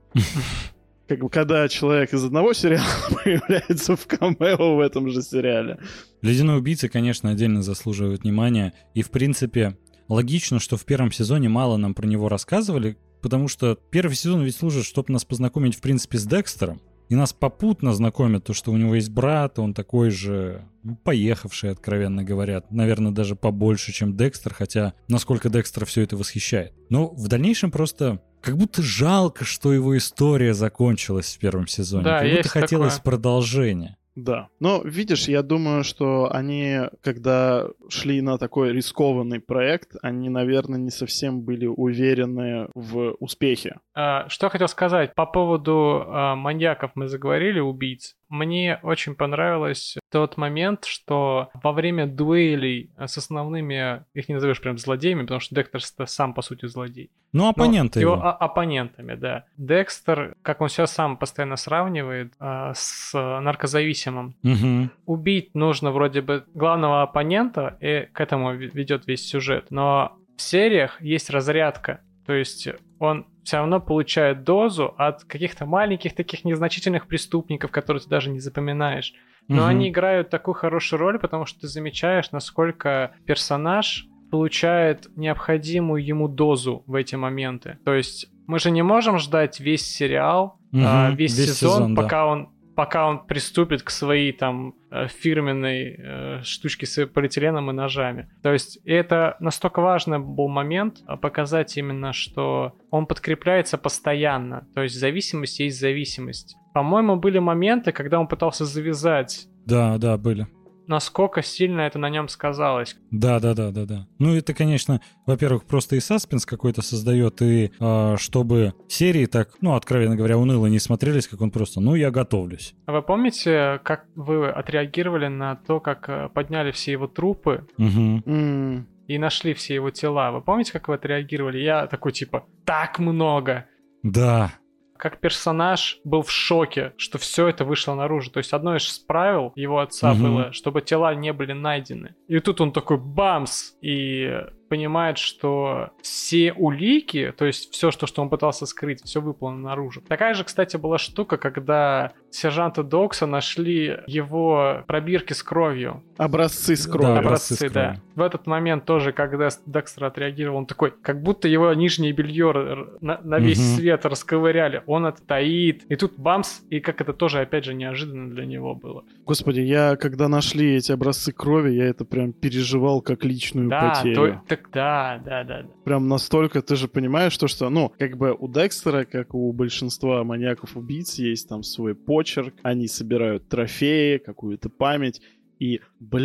Как бы, когда человек из одного сериала появляется в камео в этом же сериале. «Ледяной убийца», конечно, отдельно заслуживает внимания. И, в принципе, логично, что в 1 сезоне мало нам про него рассказывали, потому что 1 сезон ведь служит, чтобы нас познакомить, в принципе, с Декстером. И нас попутно знакомят, то, что у него есть брат, он такой же поехавший, откровенно говоря. Наверное, даже побольше, чем Декстер, хотя насколько Декстер все это восхищает. Но в дальнейшем просто как будто жалко, что его история закончилась в 1 сезоне. Да, как будто хотелось такое. Продолжения. Да. Но, видишь, я думаю, что они, когда шли на такой рискованный проект, они, наверное, не совсем были уверены в успехе. Что я хотел сказать по поводу маньяков, мы заговорили, убийц. Мне очень понравилось тот момент, что во время дуэлей с основными, их не назовешь прям злодеями, потому что Декстер сам, по сути, злодей. Оппоненты его. Оппонентами, да. Декстер, как он себя сам постоянно сравнивает с наркозависимым. Убить нужно вроде бы главного оппонента, и к этому ведет весь сюжет. Но в сериях есть разрядка. То есть он все равно получает дозу от каких-то маленьких таких незначительных преступников, которые ты даже не запоминаешь. Но они играют такую хорошую роль, потому что ты замечаешь, насколько персонаж получает необходимую ему дозу в эти моменты. То есть мы же не можем ждать весь сериал, весь сезон, пока он приступит к своей там фирменной штучке с полиэтиленом и ножами. То есть это настолько важный был момент показать именно, что он подкрепляется постоянно. То есть зависимость есть зависимость. По-моему, были моменты, когда он пытался завязать. Да, были. Насколько сильно это на нем сказалось. Да. Ну, это, конечно, во-первых, просто и саспенс какой-то создает, и чтобы серии так, откровенно говоря, уныло не смотрелись, как он просто, я готовлюсь. А вы помните, как вы отреагировали на то, как подняли все его трупы и нашли все его тела? Вы помните, как вы отреагировали? Я такой, так много! Да. Как персонаж был в шоке, что все это вышло наружу. То есть одно из правил его отца было, чтобы тела не были найдены. И тут он такой бамс! И понимает, что все улики, то есть все, что он пытался скрыть, все выплыло наружу. Такая же, кстати, была штука, когда сержанта Докса нашли его пробирки с кровью. Образцы с кровью. Да, образцы, да. В этот момент тоже, когда Декстер отреагировал, он такой, как будто его нижнее белье на весь свет расковыряли. Он это таит. И тут бамс, и как это тоже, опять же, неожиданно для него было. Господи, когда нашли эти образцы крови, я это прям переживал как личную потерю. Да. Прям настолько, ты же понимаешь, что у Декстера, как у большинства маньяков-убийц, есть там свой почерк, они собирают трофеи, какую-то память, и,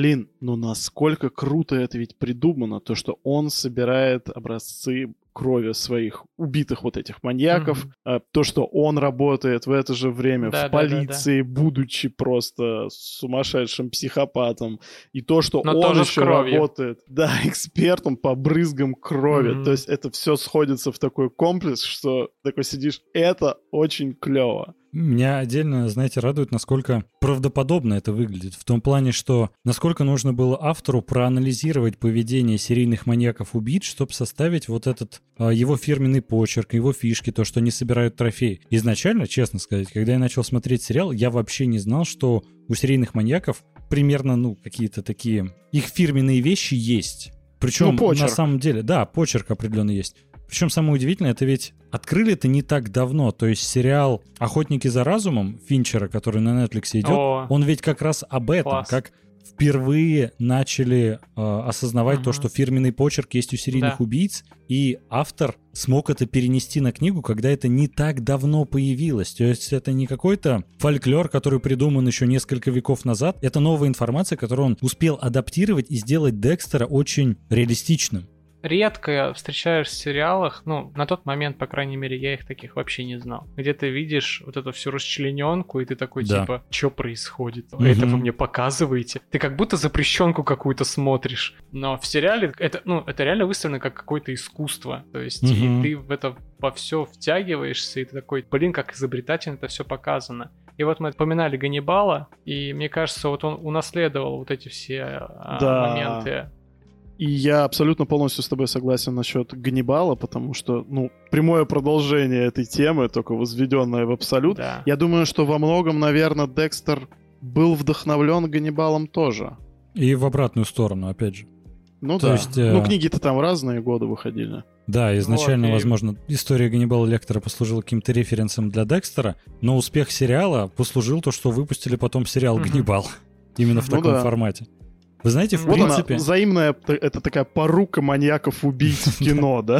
насколько круто это ведь придумано, то, что он собирает образцы крови своих убитых вот этих маньяков, то, что он работает в это же время в полиции, будучи просто сумасшедшим психопатом, и то, что он еще работает, экспертом по брызгам крови. То есть это все сходится в такой комплекс, что такой сидишь, это очень клево. Меня отдельно, радует, насколько правдоподобно это выглядит. В том плане, что насколько нужно было автору проанализировать поведение серийных маньяков-убийц, чтобы составить вот этот его фирменный почерк, его фишки, то, что они собирают трофеи. Изначально, честно сказать, когда я начал смотреть сериал, я вообще не знал, что у серийных маньяков примерно, какие-то такие их фирменные вещи есть. Причем, на самом деле, почерк определенный есть. Причем самое удивительное, это ведь открыли это не так давно. То есть сериал «Охотники за разумом» Финчера, который на Netflix идет, он ведь как раз об этом. Класс. Как впервые начали осознавать то, что фирменный почерк есть у серийных убийц, и автор смог это перенести на книгу, когда это не так давно появилось. То есть это не какой-то фольклор, который придуман еще несколько веков назад. Это новая информация, которую он успел адаптировать и сделать Декстера очень реалистичным. Редко встречаешь в сериалах, на тот момент, по крайней мере, я их таких вообще не знал, где ты видишь вот эту всю расчлененку, и ты такой, что происходит? Это вы мне показываете? Ты как будто запрещенку какую-то смотришь. Но в сериале это реально выставлено как какое-то искусство. То есть и ты в это во все втягиваешься, и ты такой, как изобретательно это все показано. И вот мы упоминали Ганнибала, и мне кажется, вот он унаследовал вот эти все моменты. И я абсолютно полностью с тобой согласен насчет Ганнибала, потому что, прямое продолжение этой темы, только возведенное в абсолют. Да. Я думаю, что во многом, наверное, Декстер был вдохновлен Ганнибалом тоже. И в обратную сторону, опять же. То есть, книги-то там разные годы выходили. Да, изначально, возможно, история Ганнибала Лектора послужила каким-то референсом для Декстера, но успех сериала послужил то, что выпустили потом сериал «Ганнибал». Именно в таком формате. Вы знаете, в принципе... Взаимная, это такая порука маньяков-убийц в кино, да?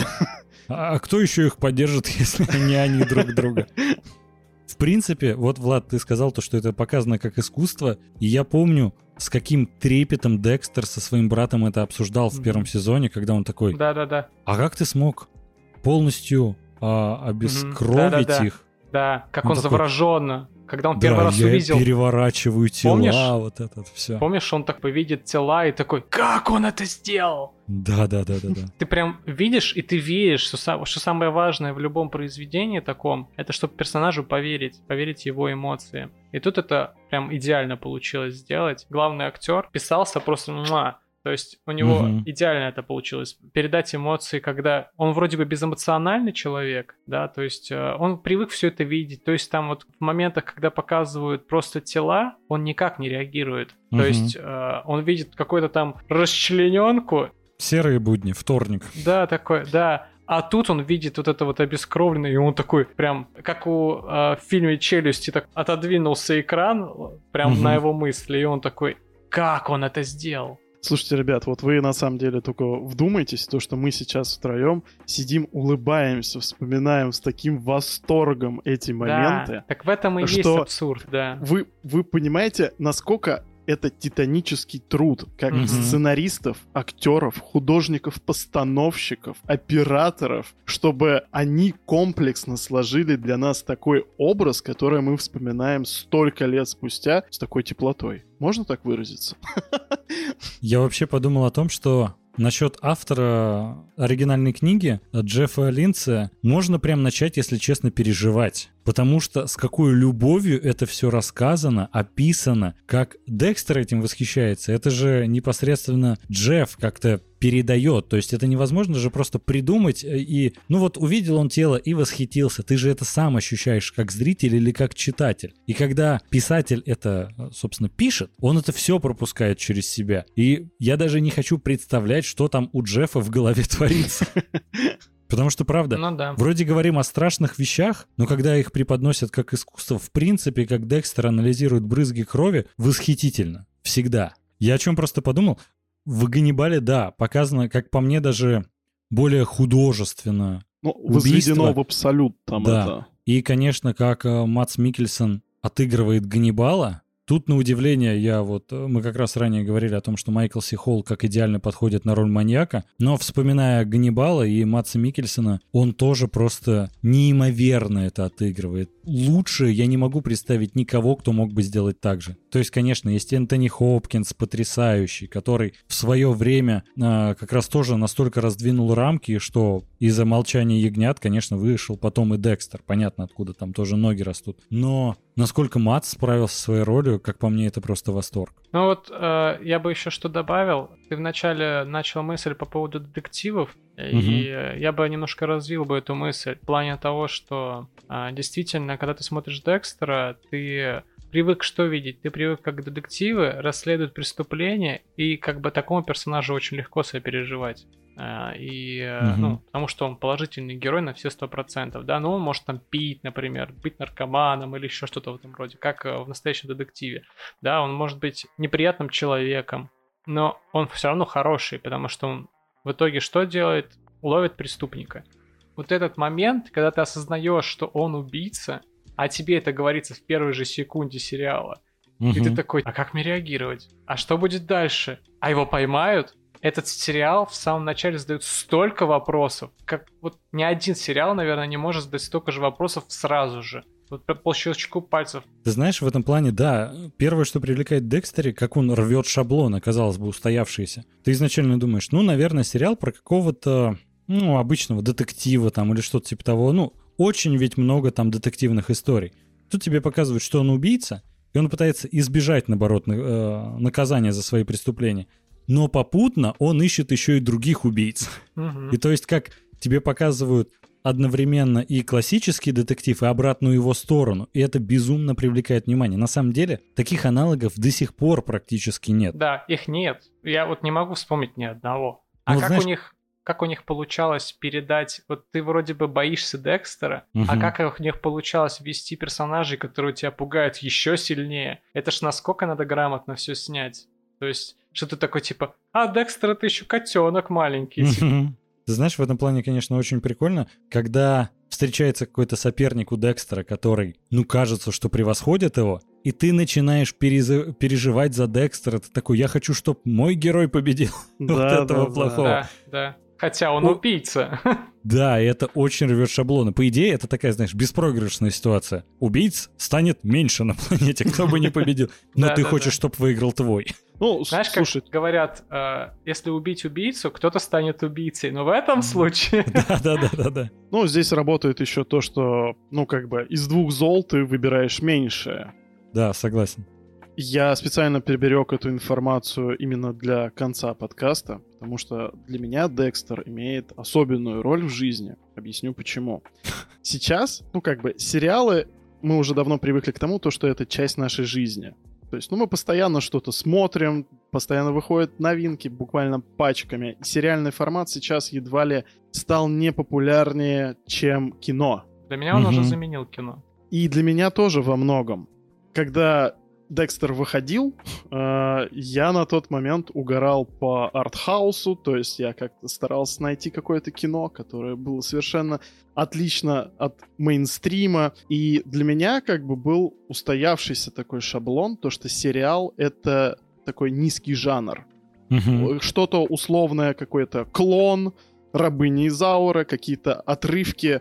А кто еще их поддержит, если не они друг друга? В принципе, вот, Влад, ты сказал то, что это показано как искусство, и я помню, с каким трепетом Декстер со своим братом это обсуждал в первом сезоне, когда он такой... Да. А как ты смог полностью обескровить их? Да, как он завороженно... Когда он первый раз увидел... я переворачиваю тела, вот это все. Помнишь, он так видит тела и такой, как он это сделал? Да. Ты прям видишь, и ты веришь, что самое важное в любом произведении таком, это чтобы персонажу поверить его эмоциям. И тут это прям идеально получилось сделать. Главный актер писался просто То есть у него идеально это получилось. Передать эмоции, когда он вроде бы безэмоциональный человек, да, то есть он привык все это видеть. То есть там вот в моментах, когда показывают просто тела, он никак не реагирует. То есть он видит какую-то там расчлененку. Серые будни, вторник. Да, такой, да. А тут он видит вот это вот обескровленное, и он такой прям, как в фильме «Челюсти», так отодвинулся экран прям на его мысли, и он такой, как он это сделал? Слушайте, ребят, вот вы на самом деле только вдумайтесь, то, что мы сейчас втроем сидим, улыбаемся, вспоминаем с таким восторгом эти моменты. Да, так в этом и есть абсурд, да. Вы понимаете, насколько это титанический труд, как сценаристов, актеров, художников-постановщиков, операторов, чтобы они комплексно сложили для нас такой образ, который мы вспоминаем столько лет спустя с такой теплотой. Можно так выразиться? Я вообще подумал о том, что насчет автора оригинальной книги Джеффа Линдсе можно прям начать, если честно, переживать. Потому что с какой любовью это все рассказано, описано, как Декстер этим восхищается. Это же непосредственно Джефф как-то передает. То есть это невозможно же просто придумать и... Ну вот увидел он тело и восхитился. Ты же это сам ощущаешь как зритель или как читатель. И когда писатель это, собственно, пишет, он это все пропускает через себя. И я даже не хочу представлять, что там у Джеффа в голове творится. Потому что, правда, вроде говорим о страшных вещах, но когда их преподносят как искусство, в принципе, как Декстер анализирует брызги крови, восхитительно. Всегда. Я о чем просто подумал. В «Ганнибале», да, показано, как по мне, даже более художественно. Ну, возведено в абсолют там да. это. И, конечно, как Мадс Миккельсен отыгрывает Ганнибала. Тут, на удивление, мы как раз ранее говорили о том, что Майкл Си Холл как идеально подходит на роль маньяка, но вспоминая Ганнибала и Мадса Миккельсена, он тоже просто неимоверно это отыгрывает. Лучше я не могу представить никого, кто мог бы сделать так же. То есть, конечно, есть Энтони Хопкинс, потрясающий, который в свое время как раз тоже настолько раздвинул рамки, что из-за «Молчания ягнят», конечно, вышел потом и Декстер. Понятно, откуда там тоже ноги растут. Но насколько Мадс справился со своей ролью, как по мне, это просто восторг. Ну вот я бы еще что добавил. Ты вначале начал мысль по поводу детективов, и я бы немножко развил бы эту мысль в плане того, что действительно, когда ты смотришь Декстера, ты привык что видеть? Ты привык, как детективы расследуют преступления, и как бы такому персонажу очень легко сопереживать. Потому что он положительный герой на все 100%, да, но он может там пить, например, быть наркоманом или еще что-то в этом роде, как в настоящем детективе, да, он может быть неприятным человеком, но он все равно хороший, потому что он в итоге что делает? Ловит преступника. Вот этот момент, когда ты осознаешь, что он убийца, а тебе это говорится в первой же секунде сериала, и ты такой, а как мне реагировать? А что будет дальше? А его поймают? Этот сериал в самом начале задает столько вопросов, как вот ни один сериал, наверное, не может задать столько же вопросов сразу же. Вот по щелчку пальцев. Ты знаешь, в этом плане, да, первое, что привлекает в Декстере, как он рвет шаблоны, казалось бы, устоявшиеся. Ты изначально думаешь, наверное, сериал про какого-то, обычного детектива там или что-то типа того. Очень ведь много там детективных историй. Тут тебе показывают, что он убийца, и он пытается избежать, наоборот, наказания за свои преступления. Но попутно он ищет еще и других убийц. И то есть как тебе показывают одновременно и классический детектив, и обратную его сторону. И это безумно привлекает внимание. На самом деле, таких аналогов до сих пор практически нет. Да, их нет. Я вот не могу вспомнить ни одного. Как у них получалось передать... Вот ты вроде бы боишься Декстера, а как у них получалось ввести персонажей, которые тебя пугают еще сильнее? Это ж насколько надо грамотно все снять. То есть, что ты такой типа, Декстер это еще котенок маленький. Ты знаешь, в этом плане, конечно, очень прикольно, когда встречается какой-то соперник у Декстера, который, кажется, что превосходит его, и ты начинаешь переживать за Декстера. Ты такой, я хочу, чтобы мой герой победил вот этого плохого. Да. Хотя он убийца. Да, и это очень рвет шаблоны. По идее, это такая, беспроигрышная ситуация. Убийц станет меньше на планете, кто бы ни победил. Но ты хочешь, чтобы выиграл твой. Знаешь, как говорят, если убить убийцу, кто-то станет убийцей. Но в этом случае... Да. Здесь работает еще то, что, из двух зол ты выбираешь меньшее. Да, согласен. Я специально приберег эту информацию именно для конца подкаста, потому что для меня Декстер имеет особенную роль в жизни. Объясню почему. Сейчас, сериалы, мы уже давно привыкли к тому, что это часть нашей жизни. То есть, мы постоянно что-то смотрим, постоянно выходят новинки, буквально пачками. Сериальный формат сейчас едва ли стал не популярнее, чем кино. Для меня он уже заменил кино. И для меня тоже во многом. Когда Декстер выходил, я на тот момент угорал по артхаусу, то есть я как-то старался найти какое-то кино, которое было совершенно отлично от мейнстрима, и для меня был устоявшийся такой шаблон, то что сериал — это такой низкий жанр. Что-то условное, какой-то клон Рабыни Изаура, какие-то отрывки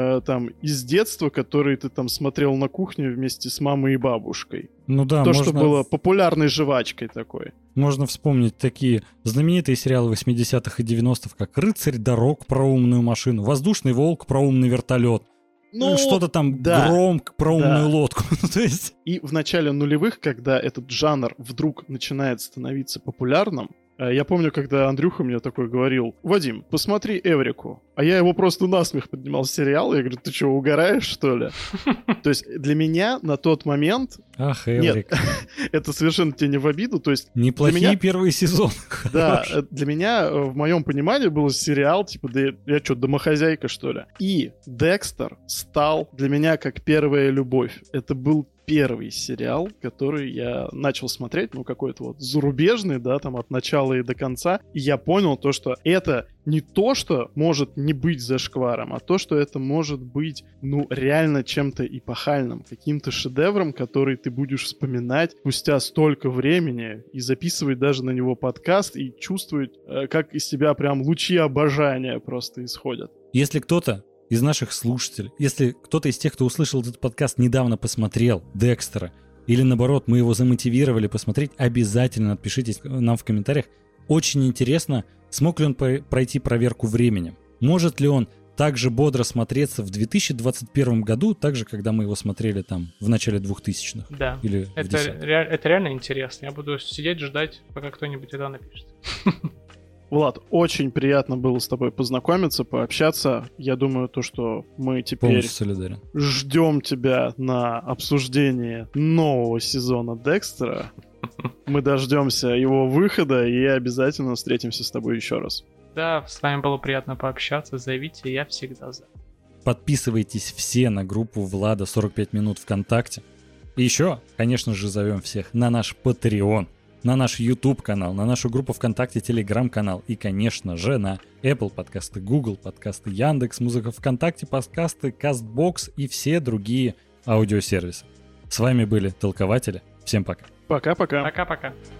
из детства, которые ты смотрел на кухне вместе с мамой и бабушкой. Ну да, то, что было популярной жвачкой такой. Можно вспомнить такие знаменитые сериалы 80-х и 90-х, как «Рыцарь дорог» про умную машину, «Воздушный волк» про умный вертолет, что-то там «Гром» про умную лодку. И в начале нулевых, когда этот жанр вдруг начинает становиться популярным, я помню, когда Андрюха мне такой говорил: «Вадим, посмотри «Эврику». А я его просто насмех поднимал с сериала. Я говорю: «Ты что, угораешь, что ли?» То есть для меня на тот момент... Ах, «Эврик». Нет, это совершенно тебе не в обиду. То есть неплохие первые сезоны. Да, для меня, в моем понимании, был сериал, я что, домохозяйка, что ли? И Декстер стал для меня как первая любовь. Это был первый сериал, который я начал смотреть, какой-то зарубежный, от начала и до конца. И я понял то, что это не то, что может не быть зашкваром, а то, что это может быть, реально чем-то эпохальным, каким-то шедевром, который ты будешь вспоминать спустя столько времени и записывать даже на него подкаст и чувствовать, как из тебя прям лучи обожания просто исходят. Если кто-то из наших слушателей, если кто-то из тех, кто услышал этот подкаст, недавно посмотрел Декстера, или наоборот, мы его замотивировали посмотреть, обязательно отпишитесь нам в комментариях. Очень интересно, смог ли он пройти проверку временем. Может ли он также бодро смотреться в 2021 году, так же, когда мы его смотрели в начале 2000-х. Да, или это реально интересно. Я буду сидеть, ждать, пока кто-нибудь это напишет. Влад, очень приятно было с тобой познакомиться, пообщаться. Я думаю, что мы теперь ждем тебя на обсуждение нового сезона Декстера. Мы дождемся его выхода и обязательно встретимся с тобой еще раз. Да, с вами было приятно пообщаться. Зовите, я всегда за. Подписывайтесь все на группу Влада 45 минут ВКонтакте. И еще, конечно же, зовем всех на наш Patreon, на наш YouTube-канал, на нашу группу ВКонтакте, Telegram-канал и, конечно же, на Apple подкасты, Google подкасты, Яндекс.Музыка, ВКонтакте подкасты, CastBox и все другие аудиосервисы. С вами были Толкователи. Всем пока. Пока-пока. Пока-пока.